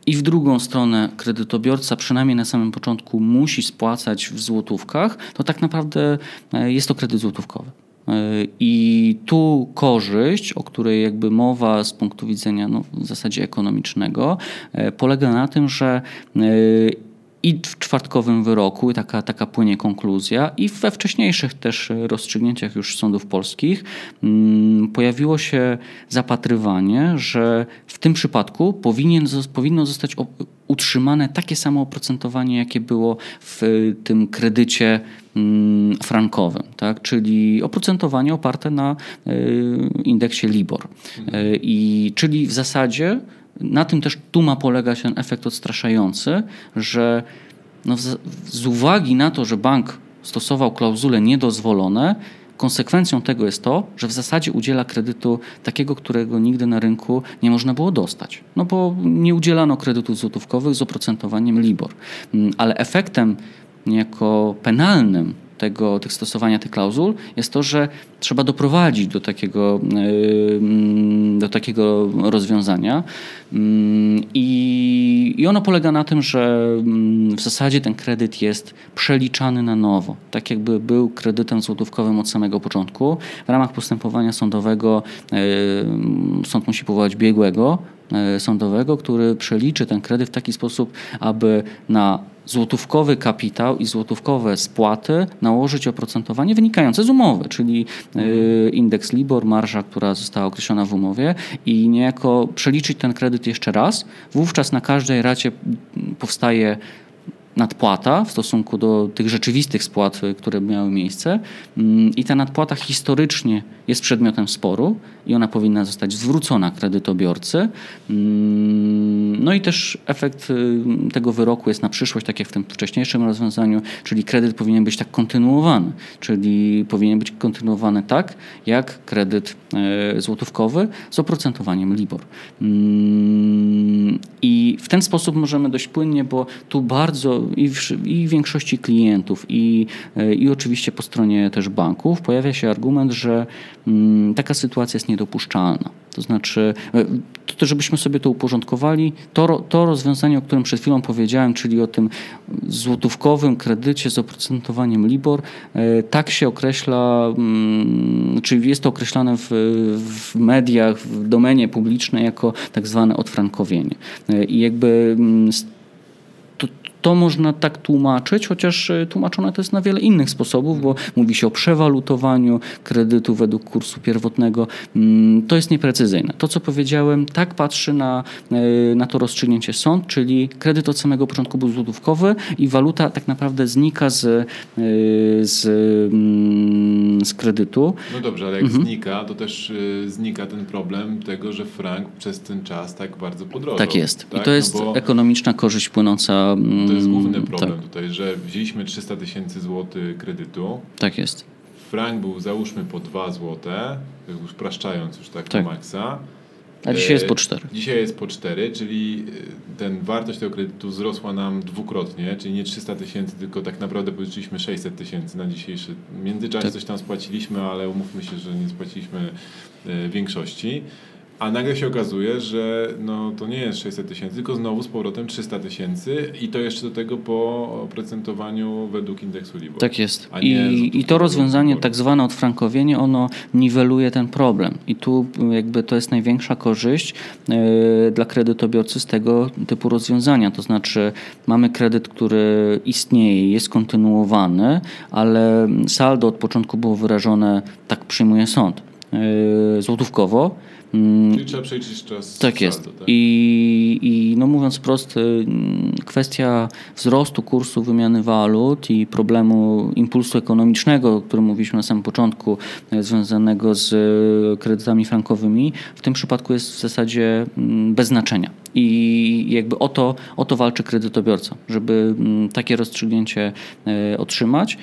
i w drugą stronę kredytobiorca przynajmniej na samym początku musi spłacać w złotówkach, to tak naprawdę jest to kredyt złotówkowy. I tu korzyść, o której jakby mowa z punktu widzenia w zasadzie ekonomicznego, polega na tym, że i w czwartkowym wyroku taka płynie konkluzja i we wcześniejszych też rozstrzygnięciach już sądów polskich pojawiło się zapatrywanie, że w tym przypadku powinno zostać utrzymane takie samo oprocentowanie, jakie było w tym kredycie frankowym, tak? Czyli oprocentowanie oparte na indeksie LIBOR. Czyli w zasadzie na tym też tu ma polegać ten efekt odstraszający, że z uwagi na to, że bank stosował klauzule niedozwolone, konsekwencją tego jest to, że w zasadzie udziela kredytu takiego, którego nigdy na rynku nie można było dostać. Bo nie udzielano kredytów złotówkowych z oprocentowaniem LIBOR. Ale efektem niejako penalnym tych stosowania tych klauzul jest to, że trzeba doprowadzić do takiego rozwiązania i ono polega na tym, że w zasadzie ten kredyt jest przeliczany na nowo, tak jakby był kredytem złotówkowym od samego początku. W ramach postępowania sądowego sąd musi powołać biegłego sądowego, który przeliczy ten kredyt w taki sposób, aby na złotówkowy kapitał i złotówkowe spłaty nałożyć oprocentowanie wynikające z umowy, czyli indeks LIBOR, marża, która została określona w umowie i niejako przeliczyć ten kredyt jeszcze raz. Wówczas na każdej racie powstaje nadpłata w stosunku do tych rzeczywistych spłat, które miały miejsce i ta nadpłata historycznie jest przedmiotem sporu i ona powinna zostać zwrócona kredytobiorcy. No i też efekt tego wyroku jest na przyszłość, tak jak w tym wcześniejszym rozwiązaniu, czyli kredyt powinien być tak kontynuowany, czyli powinien być kontynuowany tak, jak kredyt złotówkowy z oprocentowaniem LIBOR. I w ten sposób możemy dość płynnie, bo tu bardzo i w większości klientów i oczywiście po stronie też banków pojawia się argument, że taka sytuacja jest niedopuszczalna. To znaczy, to żebyśmy sobie to uporządkowali, to rozwiązanie, o którym przed chwilą powiedziałem, czyli o tym złotówkowym kredycie z oprocentowaniem LIBOR, tak się określa, czyli jest to określane w mediach, w domenie publicznej jako tak zwane odfrankowienie. I jakby to można tak tłumaczyć, chociaż tłumaczone to jest na wiele innych sposobów, bo mówi się o przewalutowaniu kredytu według kursu pierwotnego. To jest nieprecyzyjne. To, co powiedziałem, tak patrzy na to rozstrzygnięcie sąd, czyli kredyt od samego początku był złotówkowy i waluta tak naprawdę znika z kredytu. No dobrze, ale jak znika, to też znika ten problem tego, że frank przez ten czas tak bardzo podrożał. Tak jest. Tak? I to jest ekonomiczna korzyść płynąca. To jest główny problem tutaj, że wzięliśmy 300 000 złotych kredytu. Tak jest. Frank był załóżmy po 2 złote, już upraszczając już tak do maksa. A dzisiaj jest po 4. Dzisiaj jest po 4, czyli wartość tego kredytu wzrosła nam dwukrotnie, czyli nie 300 000, tylko tak naprawdę pożyczyliśmy 600 000 na dzisiejszy. W międzyczasie coś tam spłaciliśmy, ale umówmy się, że nie spłaciliśmy większości. A nagle się okazuje, że to nie jest 600 000, tylko znowu z powrotem 300 000 i to jeszcze do tego po oprocentowaniu według indeksu LIBOR. Tak jest. I to rozwiązanie, tak zwane odfrankowienie, ono niweluje ten problem. I tu jakby to jest największa korzyść dla kredytobiorcy z tego typu rozwiązania. To znaczy mamy kredyt, który istnieje, jest kontynuowany, ale saldo od początku było wyrażone, tak przyjmuje sąd, złotówkowo. Czyli trzeba przejść jeszcze raz. Tak jest. Tak? I mówiąc wprost, kwestia wzrostu kursu wymiany walut i problemu impulsu ekonomicznego, o którym mówiliśmy na samym początku, związanego z kredytami frankowymi, w tym przypadku jest w zasadzie bez znaczenia. I jakby o to walczy kredytobiorca, żeby takie rozstrzygnięcie otrzymać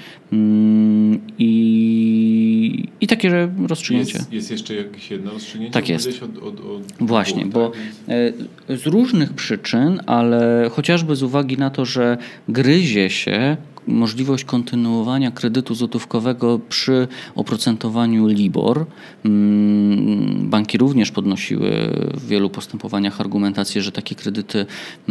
i takie rozstrzygnięcie. Jest jeszcze jakieś jedno rozstrzygnięcie? Tak jest. Właśnie, bo z różnych przyczyn, ale chociażby z uwagi na to, że gryzie się możliwość kontynuowania kredytu złotówkowego przy oprocentowaniu LIBOR. Banki również podnosiły w wielu postępowaniach argumentację, że takie kredyty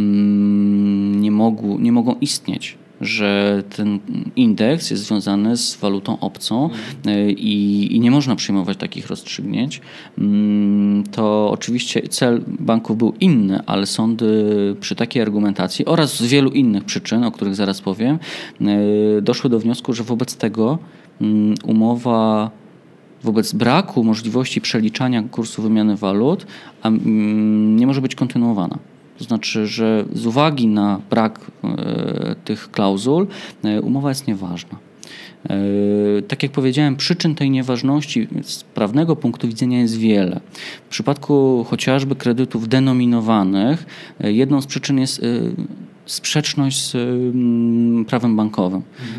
nie mogą istnieć, że ten indeks jest związany z walutą obcą i nie można przyjmować takich rozstrzygnięć. To oczywiście cel banków był inny, ale sądy przy takiej argumentacji oraz z wielu innych przyczyn, o których zaraz powiem, doszły do wniosku, że wobec tego umowa, wobec braku możliwości przeliczania kursu wymiany walut nie może być kontynuowana. To znaczy, że z uwagi na brak tych klauzul umowa jest nieważna. Tak jak powiedziałem, przyczyn tej nieważności z prawnego punktu widzenia jest wiele. W przypadku chociażby kredytów denominowanych jedną z przyczyn jest sprzeczność z prawem bankowym.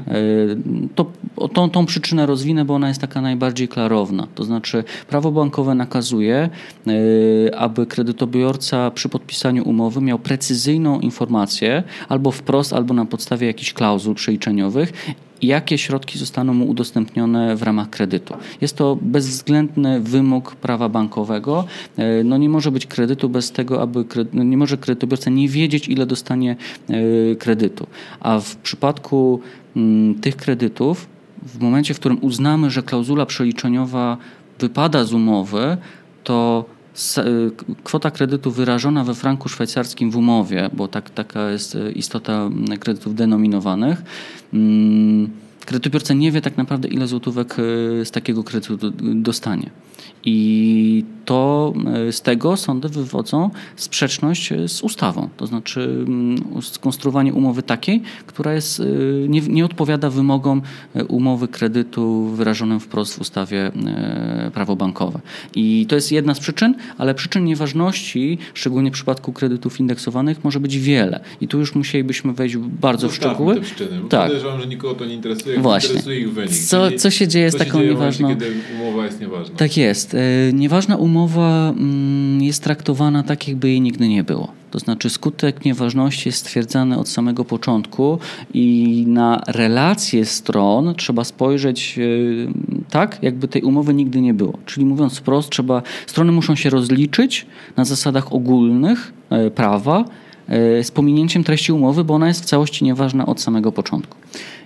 Tą przyczynę rozwinę, bo ona jest taka najbardziej klarowna. To znaczy prawo bankowe nakazuje, aby kredytobiorca przy podpisaniu umowy miał precyzyjną informację albo wprost, albo na podstawie jakichś klauzul przeliczeniowych, jakie środki zostaną mu udostępnione w ramach kredytu. Jest to bezwzględny wymóg prawa bankowego. Nie może być kredytu bez tego, nie może kredytobiorca nie wiedzieć, ile dostanie kredytu. A w przypadku tych kredytów, w momencie, w którym uznamy, że klauzula przeliczeniowa wypada z umowy, to kwota kredytu wyrażona we franku szwajcarskim w umowie, bo taka jest istota kredytów denominowanych, kredytobiorca nie wie tak naprawdę, ile złotówek z takiego kredytu dostanie. I to z tego sądy wywodzą sprzeczność z ustawą. To znaczy skonstruowanie umowy takiej, która nie odpowiada wymogom umowy kredytu wyrażonym wprost w ustawie prawo bankowe. I to jest jedna z przyczyn, ale przyczyn nieważności, szczególnie w przypadku kredytów indeksowanych, może być wiele. I tu już musielibyśmy wejść bardzo w szczegóły. Te przyczyny, bo tak. Podejrzewam, że nikogo to nie interesuje. Właśnie. Interesuje ich wynik. Co się dzieje z taką nieważną... Kiedy umowa jest nieważna. Tak jest. Nieważna umowa jest traktowana tak, jakby jej nigdy nie było. To znaczy skutek nieważności jest stwierdzany od samego początku i na relacje stron trzeba spojrzeć tak, jakby tej umowy nigdy nie było. Czyli mówiąc wprost, strony muszą się rozliczyć na zasadach ogólnych prawa z pominięciem treści umowy, bo ona jest w całości nieważna od samego początku.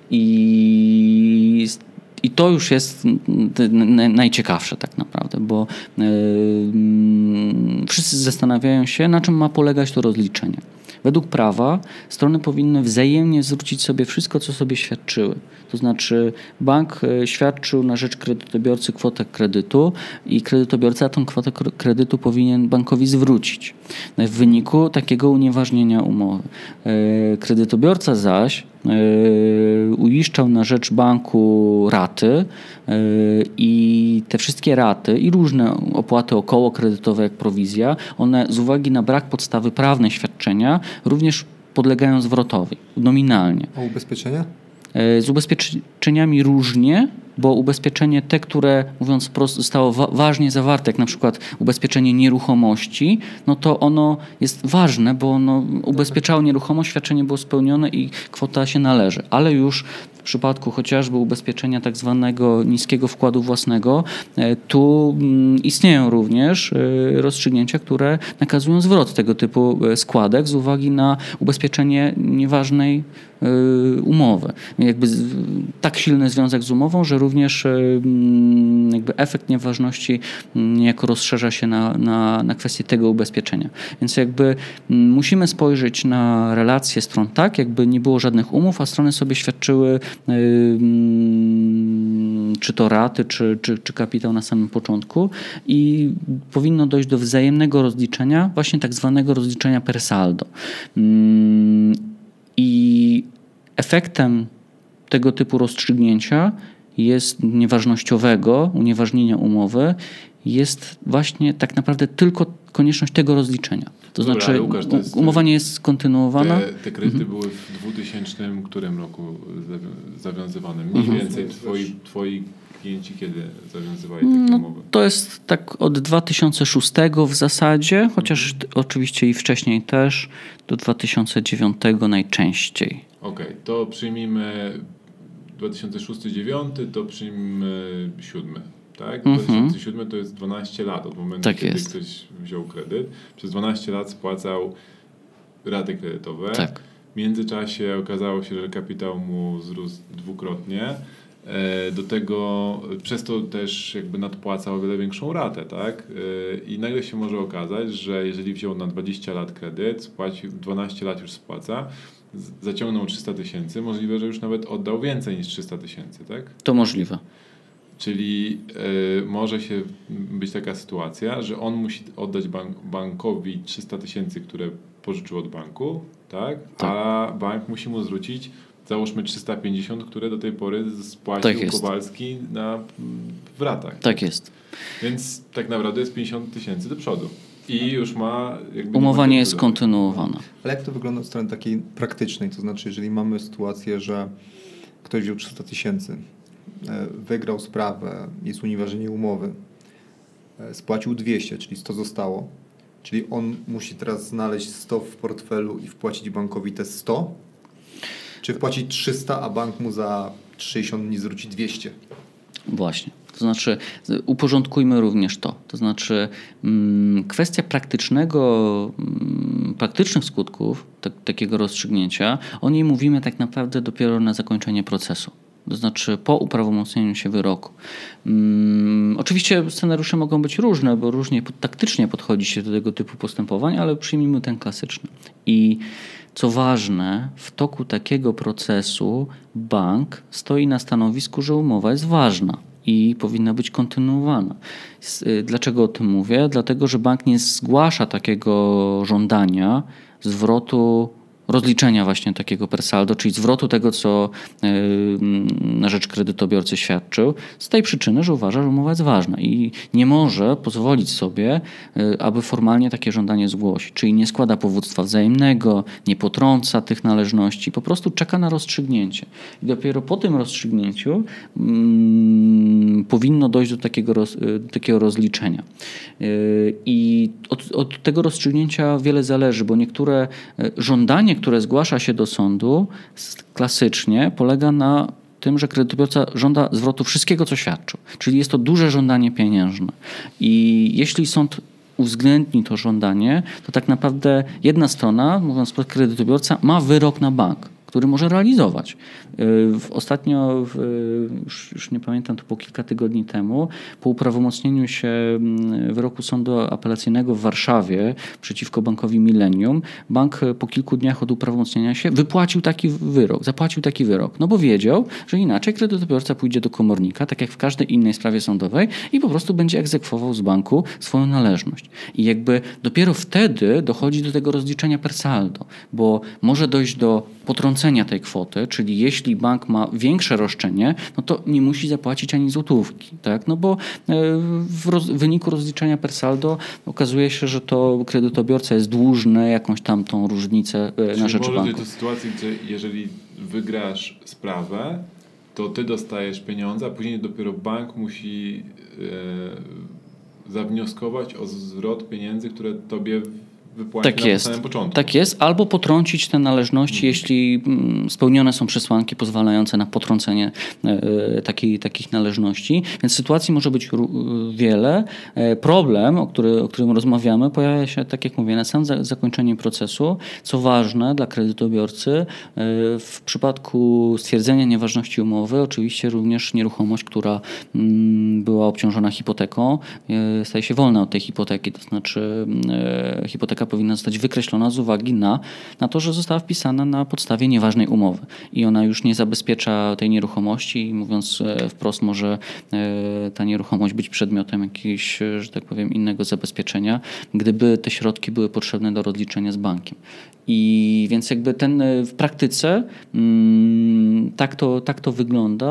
I to już jest najciekawsze tak naprawdę, bo wszyscy zastanawiają się, na czym ma polegać to rozliczenie. Według prawa strony powinny wzajemnie zwrócić sobie wszystko, co sobie świadczyły. To znaczy bank świadczył na rzecz kredytobiorcy kwotę kredytu i kredytobiorca tą kwotę kredytu powinien bankowi zwrócić w wyniku takiego unieważnienia umowy. Kredytobiorca zaś uiszczał na rzecz banku raty i te wszystkie raty i różne opłaty okołokredytowe jak prowizja, one z uwagi na brak podstawy prawnej świadczenia również podlegają zwrotowi nominalnie. A ubezpieczenia? Z ubezpieczeniami różnie, bo ubezpieczenie te, które mówiąc wprost zostało ważnie zawarte, jak na przykład ubezpieczenie nieruchomości, no to ono jest ważne, bo ono ubezpieczało nieruchomość, świadczenie było spełnione i kwota się należy. Ale już w przypadku chociażby ubezpieczenia tak zwanego niskiego wkładu własnego, tu istnieją również rozstrzygnięcia, które nakazują zwrot tego typu składek z uwagi na ubezpieczenie nieważnej umowy. Jakby tak silny związek z umową, że również jakby efekt nieważności niejako rozszerza się na kwestię tego ubezpieczenia. Więc jakby musimy spojrzeć na relacje stron tak, jakby nie było żadnych umów, a strony sobie świadczyły czy to raty, czy kapitał na samym początku i powinno dojść do wzajemnego rozliczenia, właśnie tak zwanego rozliczenia per saldo. I efektem tego typu rozstrzygnięcia jest nieważnościowego, unieważnienia umowy, jest właśnie tak naprawdę tylko konieczność tego rozliczenia. To znaczy Łukasz, umowa nie jest kontynuowana? Te kredyty były w 2000 którym roku zawiązywane? Mniej więcej twoi klienci kiedy zawiązywali takie umowy? To jest tak od 2006 w zasadzie, chociaż oczywiście i wcześniej też, do 2009 najczęściej. Okej, to przyjmijmy 2006-2009, to przyjmijmy 2007. Tak? 2007 to jest 12 lat od momentu, kiedy ktoś wziął kredyt. Przez 12 lat spłacał raty kredytowe. Tak. W międzyczasie okazało się, że kapitał mu wzrósł dwukrotnie. Do tego przez to też jakby nadpłacał o wiele większą ratę, tak? I nagle się może okazać, że jeżeli wziął na 20 lat kredyt, spłacił, 12 lat już spłaca, zaciągnął 300 000, możliwe, że już nawet oddał więcej niż 300 000, tak? To możliwe. Czyli może się być taka sytuacja, że on musi oddać bankowi 300 000, które pożyczył od banku, tak? A bank musi mu zwrócić, załóżmy 350, które do tej pory spłacił Kowalski w ratach. Tak jest. Więc tak naprawdę jest 50 000 do przodu. I już ma... Umowa nie jest kontynuowana. Ale jak to wygląda od strony takiej praktycznej? To znaczy, jeżeli mamy sytuację, że ktoś wziął 300 000, wygrał sprawę, jest unieważnienie umowy, spłacił 200, czyli 100 zostało, czyli on musi teraz znaleźć 100 w portfelu i wpłacić bankowi te 100? Czy wpłacić 300, a bank mu za 60 dni zwróci 200? Właśnie. To znaczy uporządkujmy również to. To znaczy kwestia praktycznych skutków takiego rozstrzygnięcia, o niej mówimy tak naprawdę dopiero na zakończenie procesu. To znaczy po uprawomocnieniu się wyroku. Oczywiście scenariusze mogą być różne, bo różnie taktycznie podchodzi się do tego typu postępowań, ale przyjmijmy ten klasyczny. I co ważne, w toku takiego procesu bank stoi na stanowisku, że umowa jest ważna i powinna być kontynuowana. Dlaczego o tym mówię? Dlatego, że bank nie zgłasza takiego żądania zwrotu, rozliczenia właśnie takiego per saldo, czyli zwrotu tego, co na rzecz kredytobiorcy świadczył, z tej przyczyny, że uważa, że umowa jest ważna i nie może pozwolić sobie, aby formalnie takie żądanie zgłosić. Czyli nie składa powództwa wzajemnego, nie potrąca tych należności, po prostu czeka na rozstrzygnięcie. I dopiero po tym rozstrzygnięciu powinno dojść do takiego rozliczenia. I od tego rozstrzygnięcia wiele zależy, bo niektóre żądanie, które zgłasza się do sądu, klasycznie polega na tym, że kredytobiorca żąda zwrotu wszystkiego, co świadczył. Czyli jest to duże żądanie pieniężne. I jeśli sąd uwzględni to żądanie, to tak naprawdę jedna strona, mówiąc wprost, kredytobiorca, ma wyrok na bank, który może realizować. Ostatnio, już nie pamiętam, to było kilka tygodni temu, po uprawomocnieniu się wyroku Sądu Apelacyjnego w Warszawie przeciwko bankowi Millennium, bank po kilku dniach od uprawomocnienia się zapłacił taki wyrok, no bo wiedział, że inaczej kredytobiorca pójdzie do komornika, tak jak w każdej innej sprawie sądowej i po prostu będzie egzekwował z banku swoją należność. I jakby dopiero wtedy dochodzi do tego rozliczenia per saldo, bo może dojść do potrącenia tej kwoty, czyli jeśli bank ma większe roszczenie, no to nie musi zapłacić ani złotówki, tak? No bo w wyniku rozliczenia per saldo okazuje się, że to kredytobiorca jest dłużny jakąś tam tą różnicę na rzecz banku. Może dojść do sytuacji, gdzie jeżeli wygrasz sprawę, to ty dostajesz pieniądze, a później dopiero bank musi zawnioskować o zwrot pieniędzy, które tobie wypłacić na samym początku. Tak jest, albo potrącić te należności, jeśli spełnione są przesłanki pozwalające na potrącenie takich należności. Więc sytuacji może być wiele. Problem, o którym rozmawiamy, pojawia się, tak jak mówię, na samym zakończeniu procesu. Co ważne dla kredytobiorcy, w przypadku stwierdzenia nieważności umowy, oczywiście również nieruchomość, która była obciążona hipoteką, staje się wolna od tej hipoteki. To znaczy hipoteka powinna zostać wykreślona z uwagi na to, że została wpisana na podstawie nieważnej umowy i ona już nie zabezpiecza tej nieruchomości i mówiąc wprost, może ta nieruchomość być przedmiotem jakiegoś, że tak powiem, innego zabezpieczenia, gdyby te środki były potrzebne do rozliczenia z bankiem. I więc jakby w praktyce tak to wygląda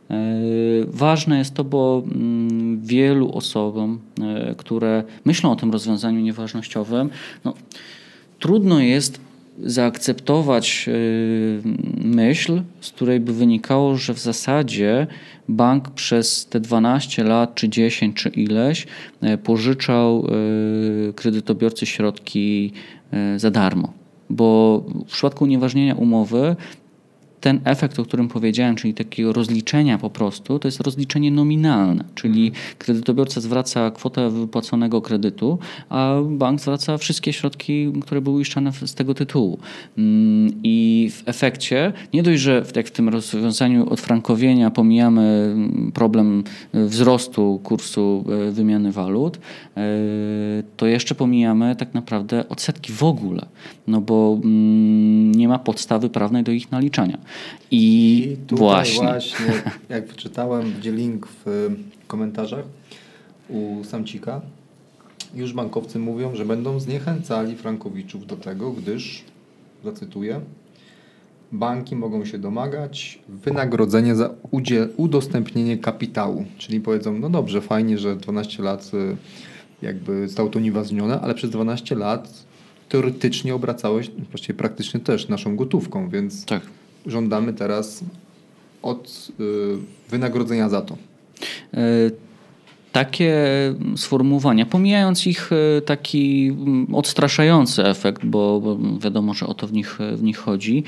Ważne jest to, bo wielu osobom, które myślą o tym rozwiązaniu nieważnościowym, trudno jest zaakceptować myśl, z której by wynikało, że w zasadzie bank przez te 12 lat, czy 10, czy ileś pożyczał kredytobiorcy środki za darmo. Bo w przypadku unieważnienia umowy ten efekt, o którym powiedziałem, czyli takiego rozliczenia po prostu, to jest rozliczenie nominalne, czyli kredytobiorca zwraca kwotę wypłaconego kredytu, a bank zwraca wszystkie środki, które były uiszczane z tego tytułu. I w efekcie, nie dość, że jak w tym rozwiązaniu odfrankowienia pomijamy problem wzrostu kursu wymiany walut, to jeszcze pomijamy tak naprawdę odsetki w ogóle, bo nie ma podstawy prawnej do ich naliczania. I właśnie, jak wyczytałem, gdzie link w komentarzach u Samcika, już bankowcy mówią, że będą zniechęcali frankowiczów do tego, gdyż, zacytuję, banki mogą się domagać wynagrodzenia za udostępnienie kapitału. Czyli powiedzą, no dobrze, fajnie, że 12 lat jakby zostało to unieważnione, ale przez 12 lat teoretycznie obracałeś, właściwie praktycznie też naszą gotówką, więc tak. Żądamy teraz od wynagrodzenia za to. Takie sformułowania, pomijając ich taki odstraszający efekt, bo wiadomo, że o to w nich chodzi,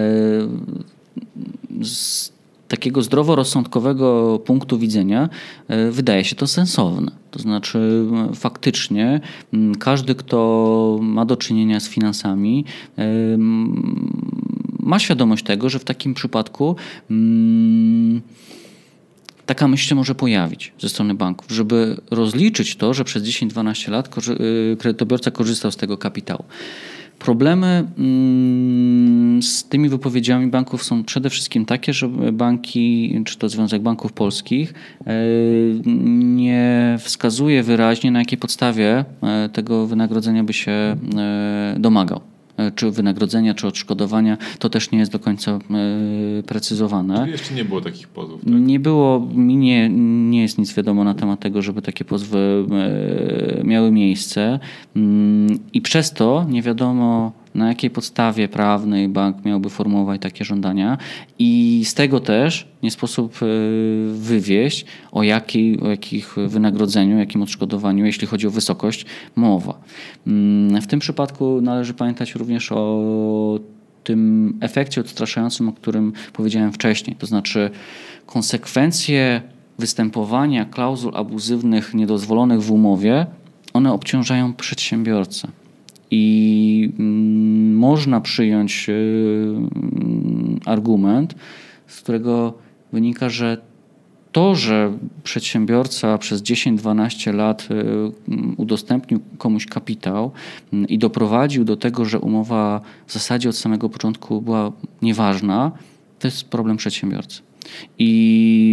z takiego zdroworozsądkowego punktu widzenia wydaje się to sensowne. To znaczy faktycznie każdy, kto ma do czynienia z finansami, ma świadomość tego, że w takim przypadku taka myśl się może pojawić ze strony banków, żeby rozliczyć to, że przez 10-12 lat kredytobiorca korzystał z tego kapitału. Problemy z tymi wypowiedziami banków są przede wszystkim takie, że banki, czy to Związek Banków Polskich, nie wskazuje wyraźnie, na jakiej podstawie tego wynagrodzenia by się domagał. Czy wynagrodzenia, czy odszkodowania, to też nie jest do końca precyzowane. Czyli jeszcze nie było takich pozwów? Tak? Nie było, mi nie jest nic wiadomo na temat tego, żeby takie pozwy miały miejsce i przez to nie wiadomo, na jakiej podstawie prawnej bank miałby formułować takie żądania i z tego też nie sposób wywieść, o jakich wynagrodzeniu, jakim odszkodowaniu, jeśli chodzi o wysokość, mowa. W tym przypadku należy pamiętać również o tym efekcie odstraszającym, o którym powiedziałem wcześniej. To znaczy konsekwencje występowania klauzul abuzywnych niedozwolonych w umowie, one obciążają przedsiębiorcę. I można przyjąć argument, z którego wynika, że to, że przedsiębiorca przez 10-12 lat udostępnił komuś kapitał i doprowadził do tego, że umowa w zasadzie od samego początku była nieważna, to jest problem przedsiębiorcy. I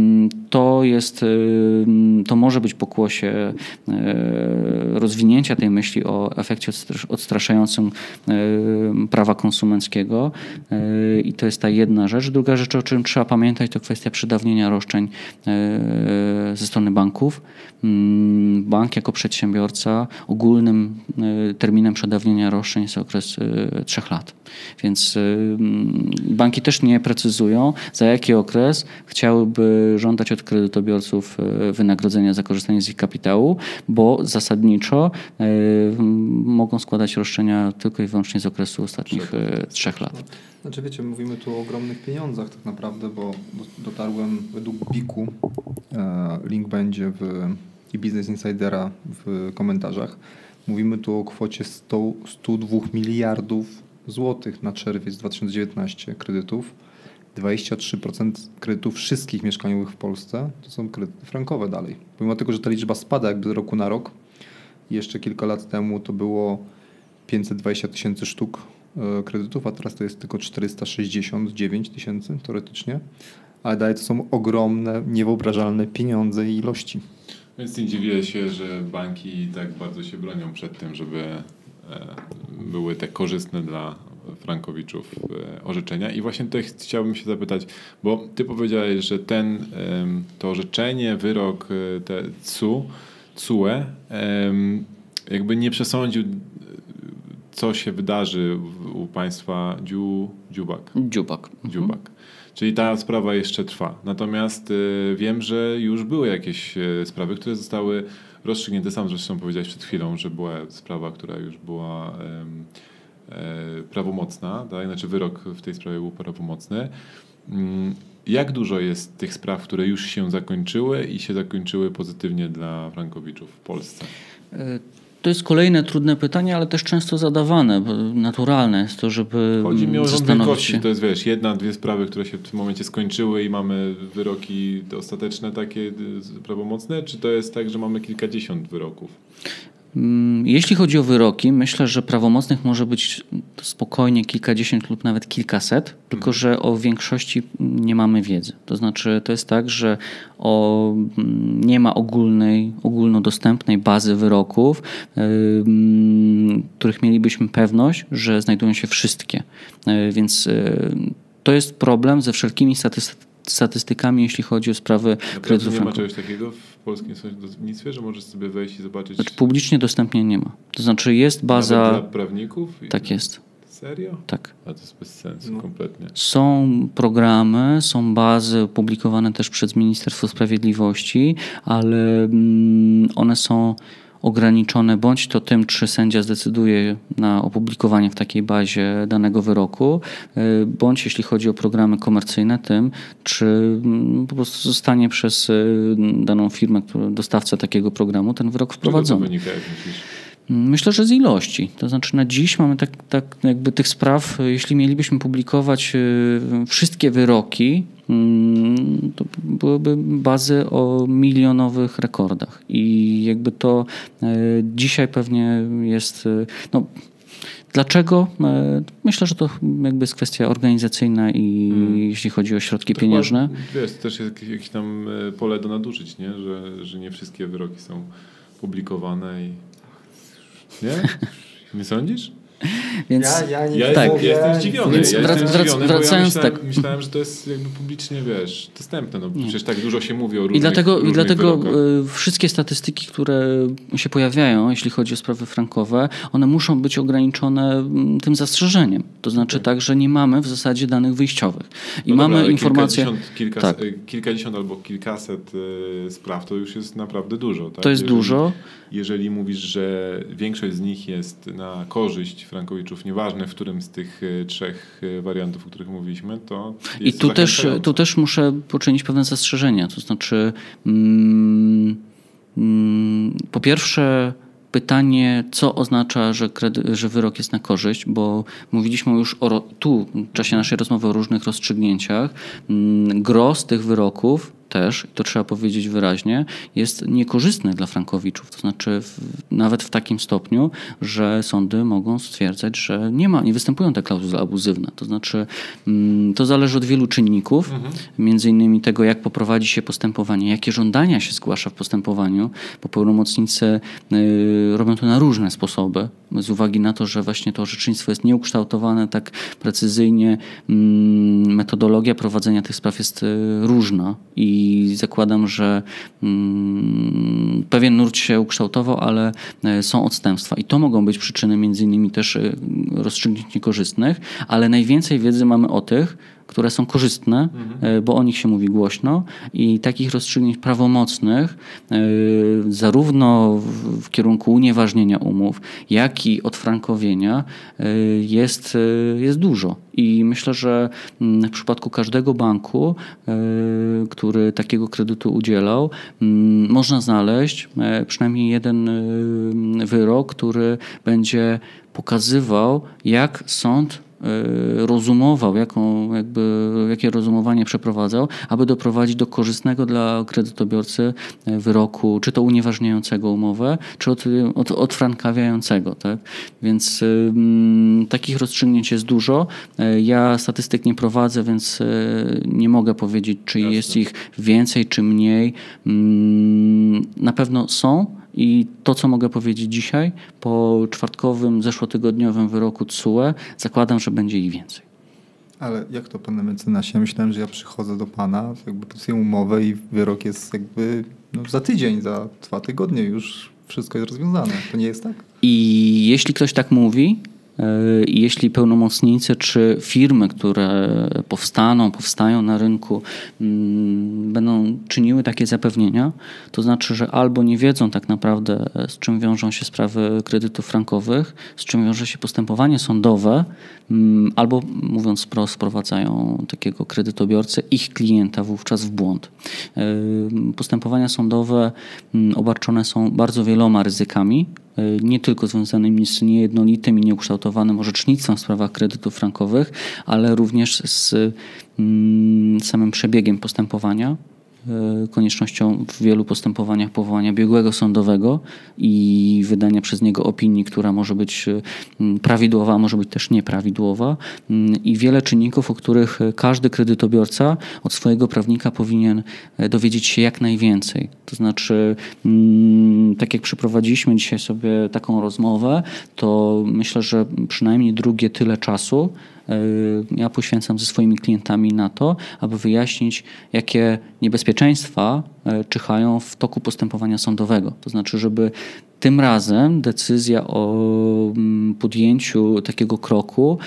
to może być pokłosie rozwinięcia tej myśli o efekcie odstraszającym prawa konsumenckiego i to jest ta jedna rzecz. Druga rzecz, o czym trzeba pamiętać, to kwestia przedawnienia roszczeń ze strony banków. Bank jako przedsiębiorca ogólnym terminem przedawnienia roszczeń jest okres 3 lat. Więc banki też nie precyzują, za jaki okres chciałyby żądać od kredytobiorców wynagrodzenia za korzystanie z ich kapitału, bo zasadniczo mogą składać roszczenia tylko i wyłącznie z okresu ostatnich 3 lat. Znaczy wiecie, mówimy tu o ogromnych pieniądzach tak naprawdę, bo dotarłem według BIK-u, link będzie w Business Insidera w komentarzach. Mówimy tu o kwocie 102 miliardów złotych na czerwiec 2019 kredytów. 23% kredytów wszystkich mieszkaniowych w Polsce to są kredyty frankowe dalej. Pomimo tego, że ta liczba spada jakby z roku na rok, jeszcze kilka lat temu to było 520 tysięcy sztuk kredytów, a teraz to jest tylko 469 tysięcy teoretycznie, ale dalej to są ogromne, niewyobrażalne pieniądze i ilości. Więc nie dziwię się, że banki tak bardzo się bronią przed tym, żeby były te korzystne dla frankowiczów orzeczenia. I właśnie tutaj chciałbym się zapytać, bo ty powiedziałeś, że to orzeczenie, wyrok TSUE jakby nie przesądził, co się wydarzy u państwa Dziubak. Czyli ta sprawa jeszcze trwa. Natomiast wiem, że już były jakieś sprawy, które zostały rozstrzygnięte. Sam zresztą powiedziałeś przed chwilą, że była sprawa, która już była prawomocna, tak? Znaczy wyrok w tej sprawie był prawomocny. Jak dużo jest tych spraw, które już się zakończyły i się zakończyły pozytywnie dla frankowiczów w Polsce? To jest kolejne trudne pytanie, ale też często zadawane, bo naturalne jest to, żeby chodzi mi o rząd wielkości. To jest, wiesz, 1-2 sprawy, które się w tym momencie skończyły i mamy wyroki ostateczne takie prawomocne, czy to jest tak, że mamy kilkadziesiąt wyroków? Jeśli chodzi o wyroki, myślę, że prawomocnych może być spokojnie kilkadziesiąt lub nawet kilkaset, tylko że o większości nie mamy wiedzy. To znaczy to jest tak, że nie ma ogólnodostępnej bazy wyroków, których mielibyśmy pewność, że znajdują się wszystkie. Więc to jest problem ze wszelkimi statystykami, jeśli chodzi o sprawy kredytów frankowych. Nie ma czegoś takiego w polskim sądownictwie, że możesz sobie wejść i zobaczyć? Znaczy, publicznie dostępnie nie ma. To znaczy jest baza... Nawet dla prawników? Tak jest. Serio? Tak. A to jest bez sensu kompletnie. Są programy, są bazy opublikowane też przez Ministerstwo Sprawiedliwości, ale one są ograniczone bądź to tym, czy sędzia zdecyduje na opublikowanie w takiej bazie danego wyroku, bądź jeśli chodzi o programy komercyjne, tym, czy po prostu zostanie przez daną firmę, dostawcę takiego programu, ten wyrok wprowadzony. Czego to wynika, jak myślisz? Myślę, że z ilości. To znaczy na dziś mamy tak jakby tych spraw, jeśli mielibyśmy publikować wszystkie wyroki, to byłyby bazy o milionowych rekordach. I jakby to dzisiaj pewnie jest... Dlaczego? Myślę, że to jakby jest kwestia organizacyjna i jeśli chodzi o środki pieniężne. Wiesz, to też jest jakieś tam pole do nadużyć, nie? Że nie wszystkie wyroki są publikowane i... Nie? Nie sądzisz? Więc ja jestem zdziwiony. Wracając, myślałem, że to jest jakby publicznie, wiesz, dostępne. No, przecież tak dużo się mówi o różnych I dlatego wyrokach. wszystkie statystyki, które się pojawiają, jeśli chodzi o sprawy frankowe, one muszą być ograniczone tym zastrzeżeniem. To znaczy tak, że nie mamy w zasadzie danych wyjściowych. I mamy informacje... Kilkadziesiąt albo kilkaset spraw to już jest naprawdę dużo. Tak? To jest dużo. Jeżeli mówisz, że większość z nich jest na korzyść frankowiczów, nieważne w którym z tych 3 wariantów, o których mówiliśmy, to jest I tu też muszę poczynić pewne zastrzeżenia. To znaczy po pierwsze pytanie, co oznacza, że wyrok jest na korzyść, bo mówiliśmy już tu w czasie naszej rozmowy o różnych rozstrzygnięciach. Gros tych wyroków też, to trzeba powiedzieć wyraźnie, jest niekorzystny dla frankowiczów. To znaczy nawet w takim stopniu, że sądy mogą stwierdzać, że nie występują te klauzule abuzywne. To znaczy to zależy od wielu czynników, między innymi tego, jak poprowadzi się postępowanie, jakie żądania się zgłasza w postępowaniu, bo pełnomocnicy robią to na różne sposoby, z uwagi na to, że właśnie to orzecznictwo jest nieukształtowane tak precyzyjnie, metodologia prowadzenia tych spraw jest różna i zakładam, że pewien nurt się ukształtował, ale są odstępstwa. I to mogą być przyczyny między innymi też rozstrzygnięć niekorzystnych, ale najwięcej wiedzy mamy o tych, które są korzystne, bo o nich się mówi głośno i takich rozstrzygnięć prawomocnych zarówno w kierunku unieważnienia umów, jak i odfrankowienia jest dużo. I myślę, że w przypadku każdego banku, który takiego kredytu udzielał, można znaleźć przynajmniej jeden wyrok, który będzie pokazywał, jak sąd rozumował, jakie rozumowanie przeprowadzał, aby doprowadzić do korzystnego dla kredytobiorcy wyroku, czy to unieważniającego umowę, czy odfrankawiającego. Tak? Więc takich rozstrzygnięć jest dużo. Ja statystyk nie prowadzę, więc nie mogę powiedzieć, czy jest ich więcej, czy mniej. Na pewno są I to, co mogę powiedzieć dzisiaj, po czwartkowym, zeszłotygodniowym wyroku TSUE, zakładam, że będzie ich więcej. Ale jak to, panie mecenasie? Ja myślałem, że ja przychodzę do pana, jakby podpisuję umowę i wyrok jest jakby za tydzień, za 2 tygodnie już wszystko jest rozwiązane. To nie jest tak? I jeśli ktoś tak mówi, i jeśli pełnomocnicy czy firmy, które powstają na rynku, będą czyniły takie zapewnienia, to znaczy, że albo nie wiedzą tak naprawdę, z czym wiążą się sprawy kredytów frankowych, z czym wiąże się postępowanie sądowe, albo mówiąc wprost, sprowadzają takiego kredytobiorcę, ich klienta wówczas w błąd. Postępowania sądowe obarczone są bardzo wieloma ryzykami, nie tylko związanymi z niejednolitym i nieukształtowanym orzecznictwem w sprawach kredytów frankowych, ale również z samym przebiegiem postępowania, koniecznością w wielu postępowaniach powołania biegłego sądowego i wydania przez niego opinii, która może być prawidłowa, a może być też nieprawidłowa, i wiele czynników, o których każdy kredytobiorca od swojego prawnika powinien dowiedzieć się jak najwięcej. To znaczy, tak jak przeprowadziliśmy dzisiaj sobie taką rozmowę, to myślę, że przynajmniej drugie tyle czasu ja poświęcam ze swoimi klientami na to, aby wyjaśnić, jakie niebezpieczeństwa czyhają w toku postępowania sądowego. To znaczy, żeby tym razem decyzja o podjęciu takiego kroku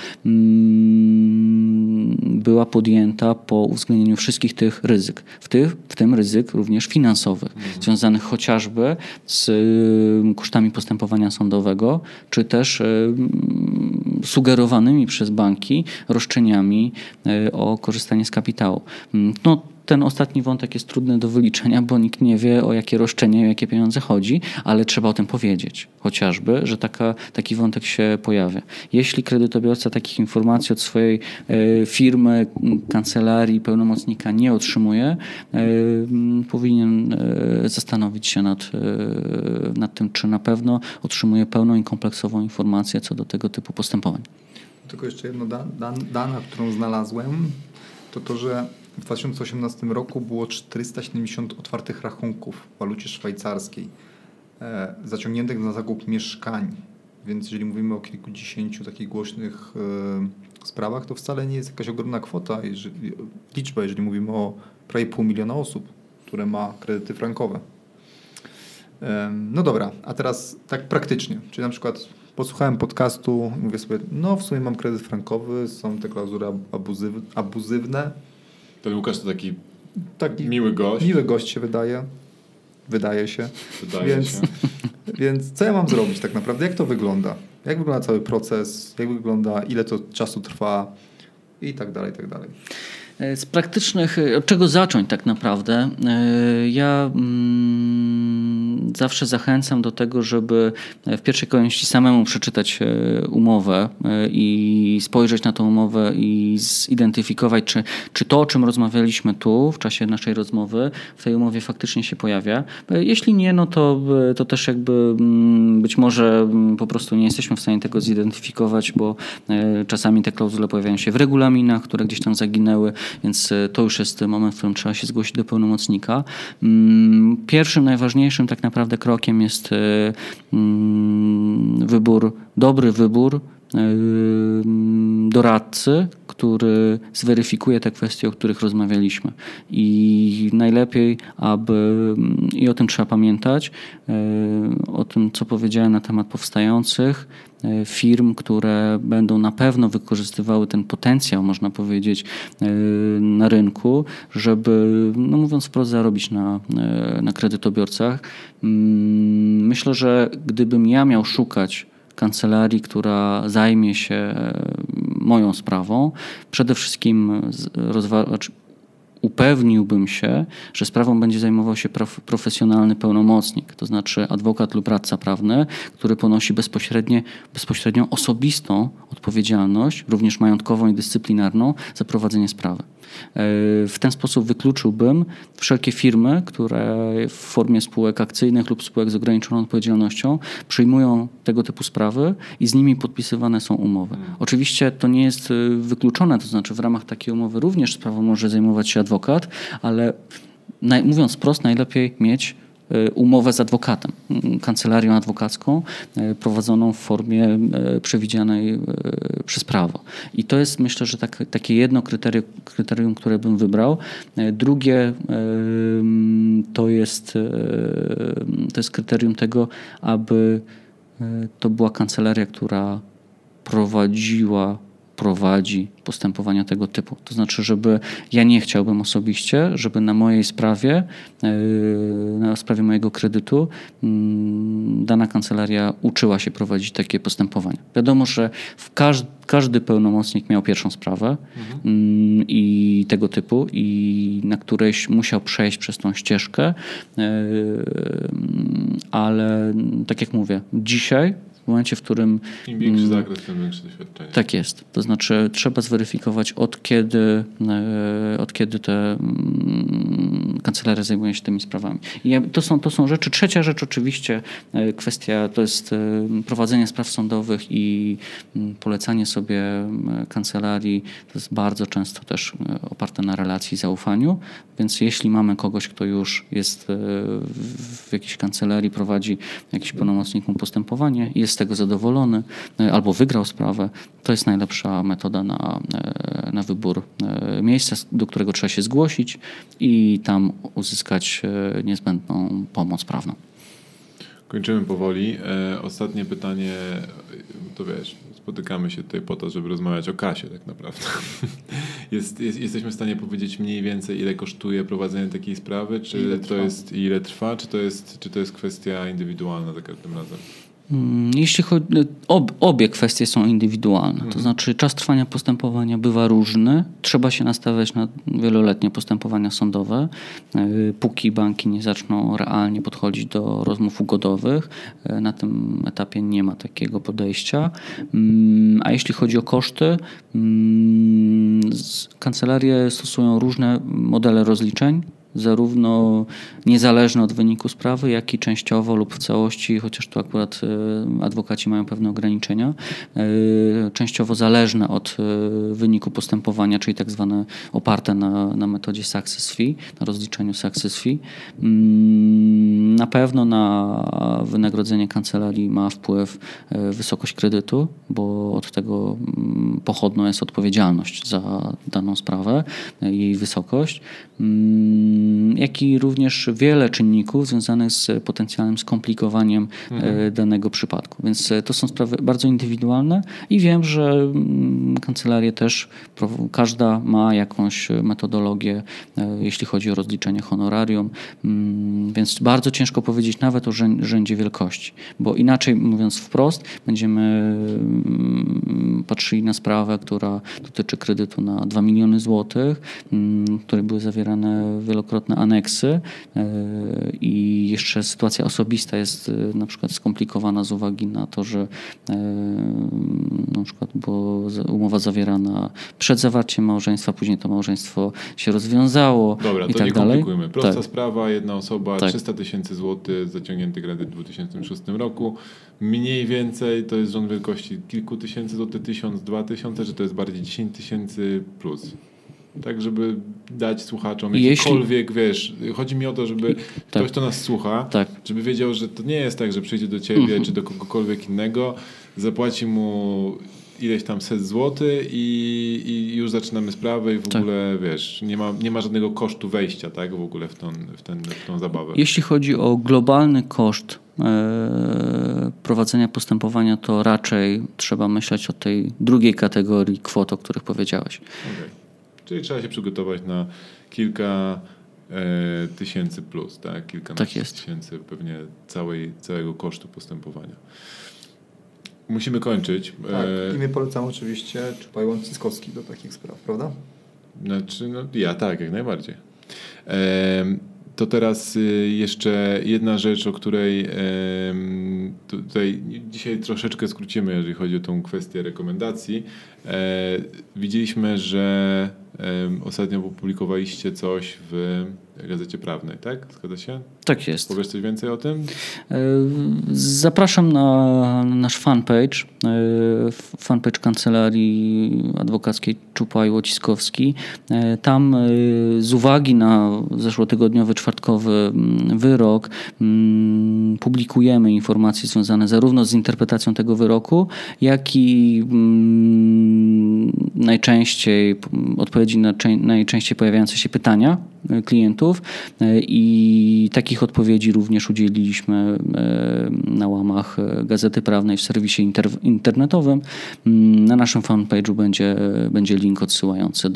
była podjęta po uwzględnieniu wszystkich tych ryzyk, w tym ryzyk również finansowych, związanych chociażby z kosztami postępowania sądowego, czy też sugerowanymi przez banki roszczeniami o korzystanie z kapitału. Ten ostatni wątek jest trudny do wyliczenia, bo nikt nie wie, o jakie roszczenie, o jakie pieniądze chodzi, ale trzeba o tym powiedzieć. Chociażby, że taki wątek się pojawia. Jeśli kredytobiorca takich informacji od swojej firmy, kancelarii, pełnomocnika nie otrzymuje, powinien zastanowić się nad tym, czy na pewno otrzymuje pełną i kompleksową informację co do tego typu postępowań. Tylko jeszcze jedno dane, którą znalazłem, to, że w 2018 roku było 470 otwartych rachunków w walucie szwajcarskiej zaciągniętych na zakup mieszkań. Więc jeżeli mówimy o kilkudziesięciu takich głośnych sprawach, to wcale nie jest jakaś ogromna kwota, liczba, jeżeli mówimy o prawie 500 000 osób, które ma kredyty frankowe. No dobra, a teraz tak praktycznie, czyli na przykład posłuchałem podcastu, mówię sobie, w sumie mam kredyt frankowy, są te klauzury abuzywne. Ten Łukasz to taki miły gość. Miły gość się wydaje. Wydaje się. Więc co ja mam zrobić tak naprawdę? Jak to wygląda? Jak wygląda cały proces? Jak wygląda, ile to czasu trwa? I tak dalej, i tak dalej. Z praktycznych, od czego zacząć tak naprawdę? Ja zawsze zachęcam do tego, żeby w pierwszej kolejności samemu przeczytać umowę i spojrzeć na tę umowę i zidentyfikować, czy to, o czym rozmawialiśmy tu w czasie naszej rozmowy, w tej umowie faktycznie się pojawia. Jeśli nie, to też jakby być może po prostu nie jesteśmy w stanie tego zidentyfikować, bo czasami te klauzule pojawiają się w regulaminach, które gdzieś tam zaginęły, więc to już jest moment, w którym trzeba się zgłosić do pełnomocnika. Pierwszym, najważniejszym tak naprawdę krokiem jest dobry wybór doradcy, który zweryfikuje te kwestie, o których rozmawialiśmy. I najlepiej, i o tym trzeba pamiętać, o tym, co powiedziałem na temat powstających firm, które będą na pewno wykorzystywały ten potencjał, można powiedzieć, na rynku, żeby, mówiąc wprost, zarobić na kredytobiorcach. Myślę, że gdybym ja miał szukać kancelarii, która zajmie się moją sprawą, przede wszystkim upewniłbym się, że sprawą będzie zajmował się profesjonalny pełnomocnik, to znaczy adwokat lub radca prawny, który ponosi bezpośrednią osobistą odpowiedzialność, również majątkową i dyscyplinarną, za prowadzenie sprawy. W ten sposób wykluczyłbym wszelkie firmy, które w formie spółek akcyjnych lub spółek z ograniczoną odpowiedzialnością przyjmują tego typu sprawy i z nimi podpisywane są umowy. Oczywiście to nie jest wykluczone, to znaczy w ramach takiej umowy również sprawą może zajmować się adwokat, ale mówiąc wprost, najlepiej mieć umowę z adwokatem, kancelarią adwokacką prowadzoną w formie przewidzianej przez prawo. I to jest, myślę, że takie jedno kryterium, które bym wybrał. Drugie to jest kryterium tego, aby to była kancelaria, która prowadzi postępowania tego typu. To znaczy, żeby ja nie chciałbym osobiście, żeby na mojej sprawie, na sprawie mojego kredytu dana kancelaria uczyła się prowadzić takie postępowania. Wiadomo, że każdy pełnomocnik miał pierwszą sprawę i tego typu i na którejś musiał przejść przez tą ścieżkę, ale tak jak mówię, dzisiaj w momencie, w którym... Im większy zakres, tym większe doświadczenie. Tak jest. To znaczy trzeba zweryfikować, od kiedy te kancelaria zajmują się tymi sprawami. I to są rzeczy. Trzecia rzecz oczywiście, kwestia to jest prowadzenie spraw sądowych i polecanie sobie kancelarii. To jest bardzo często też oparte na relacji i zaufaniu. Więc jeśli mamy kogoś, kto już jest w jakiejś kancelarii, prowadzi jakiś pełnomocnik postępowanie i jest z tego zadowolony albo wygrał sprawę, to jest najlepsza metoda na wybór miejsca, do którego trzeba się zgłosić i tam uzyskać niezbędną pomoc prawną. Kończymy powoli. Ostatnie pytanie, to wiesz, spotykamy się tutaj po to, żeby rozmawiać o kasie tak naprawdę. Jesteśmy w stanie powiedzieć mniej więcej, ile kosztuje prowadzenie takiej sprawy, czy to jest, ile trwa, czy to jest kwestia indywidualna za każdym razem? Jeśli chodzi, obie kwestie są indywidualne, to znaczy czas trwania postępowania bywa różny, trzeba się nastawiać na wieloletnie postępowania sądowe, póki banki nie zaczną realnie podchodzić do rozmów ugodowych. Na tym etapie nie ma takiego podejścia. A jeśli chodzi o koszty, kancelarie stosują różne modele rozliczeń, zarówno niezależne od wyniku sprawy, jak i częściowo lub w całości, chociaż tu akurat adwokaci mają pewne ograniczenia, częściowo zależne od wyniku postępowania, czyli tak zwane oparte na metodzie success fee, na rozliczeniu success fee. Na pewno na wynagrodzenie kancelarii ma wpływ wysokość kredytu, bo od tego pochodną jest odpowiedzialność za daną sprawę, jej wysokość, jak i również wiele czynników związanych z potencjalnym skomplikowaniem danego przypadku. Więc to są sprawy bardzo indywidualne i wiem, że kancelarie też, każda ma jakąś metodologię, jeśli chodzi o rozliczenie honorarium, więc bardzo ciężko powiedzieć nawet o rzędzie wielkości, bo inaczej mówiąc wprost, będziemy patrzyli na sprawę, która dotyczy kredytu na 2 miliony złotych, które były zawierane wielokrotne aneksy i jeszcze sytuacja osobista jest na przykład skomplikowana z uwagi na to, że na przykład była umowa zawierana przed zawarciem małżeństwa, później to małżeństwo się rozwiązało. Dobra, i to tak nie dalej. komplikujmy. Prosta sprawa, jedna osoba, 300 000 złotych, zaciągnięty kredyt w 2006 roku. Mniej więcej to jest rząd wielkości kilku tysięcy złotych, 1000, 2000, czy to jest bardziej 10 000 plus? Tak, żeby dać słuchaczom jakikolwiek, wiesz, chodzi mi o to, żeby ktoś, kto nas słucha, żeby wiedział, że to nie jest tak, że przyjdzie do ciebie czy do kogokolwiek innego, zapłaci mu ileś tam set złotych i już zaczynamy sprawę i w ogóle, wiesz, nie ma żadnego kosztu wejścia, tak, w ogóle w tą zabawę. Jeśli chodzi o globalny koszt prowadzenia postępowania, to raczej trzeba myśleć o tej drugiej kategorii kwot, o których powiedziałeś. Okay. Czyli trzeba się przygotować na kilka tysięcy plus, tak? Kilkanaście tysięcy pewnie całego kosztu postępowania. Musimy kończyć. Tak, i my polecamy oczywiście Czupa Ciskowski do takich spraw, prawda? Znaczy, ja tak, jak najbardziej. To teraz jeszcze jedna rzecz, o której tutaj dzisiaj troszeczkę skrócimy, jeżeli chodzi o tą kwestię rekomendacji. Widzieliśmy, że ostatnio opublikowaliście coś w Gazecie Prawnej, tak? Zgadza się? Tak jest. Powiesz coś więcej o tym? Zapraszam na nasz fanpage Kancelarii Adwokackiej Czupa i Łociskowski. Tam z uwagi na zeszłotygodniowy czwartkowy wyrok publikujemy informacje związane zarówno z interpretacją tego wyroku, jak i odpowiedzi na najczęściej pojawiające się pytania klientów i takich odpowiedzi również udzieliliśmy na łamach Gazety Prawnej w serwisie internetowym. Na naszym fanpage'u będzie link odsyłający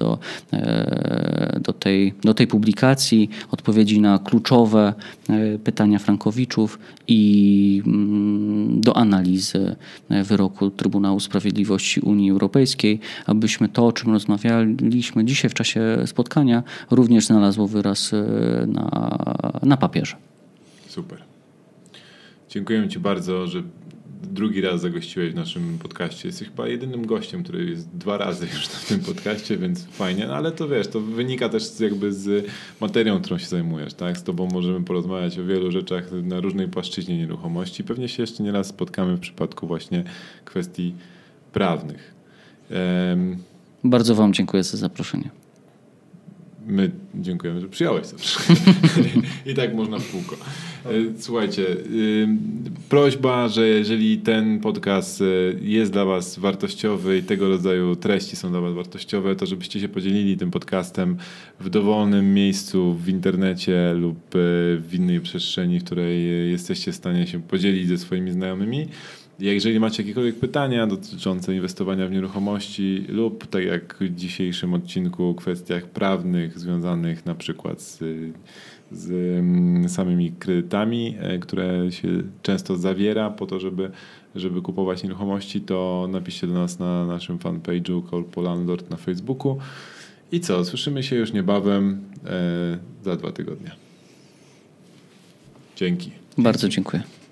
do tej publikacji, odpowiedzi na kluczowe pytania frankowiczów i do analizy wyroku Trybunału Sprawiedliwości Unii Europejskiej, abyśmy to, o czym rozmawialiśmy dzisiaj w czasie spotkania, również znalazło wyraz na papierze. Super. Dziękujemy Ci bardzo, że drugi raz zagościłeś w naszym podcaście. Jesteś chyba jedynym gościem, który jest 2 razy już w tym podcaście, więc fajnie. No ale to wiesz, to wynika też jakby z materią, którą się zajmujesz, tak? Z Tobą możemy porozmawiać o wielu rzeczach na różnej płaszczyźnie nieruchomości. Pewnie się jeszcze nie raz spotkamy w przypadku właśnie kwestii prawnych. Bardzo Wam dziękuję za zaproszenie. My dziękujemy, że przyjąłeś to. I tak można w kółko. Słuchajcie, prośba, że jeżeli ten podcast jest dla Was wartościowy i tego rodzaju treści są dla Was wartościowe, to żebyście się podzielili tym podcastem w dowolnym miejscu w internecie lub w innej przestrzeni, w której jesteście w stanie się podzielić ze swoimi znajomymi. Jeżeli macie jakiekolwiek pytania dotyczące inwestowania w nieruchomości lub tak jak w dzisiejszym odcinku kwestiach prawnych związanych na przykład z samymi kredytami, które się często zawiera po to, żeby kupować nieruchomości, to napiszcie do nas na naszym fanpage'u Call Po Landlord na Facebooku. I co? Słyszymy się już niebawem za 2 tygodnie. Dzięki. Bardzo dziękuję.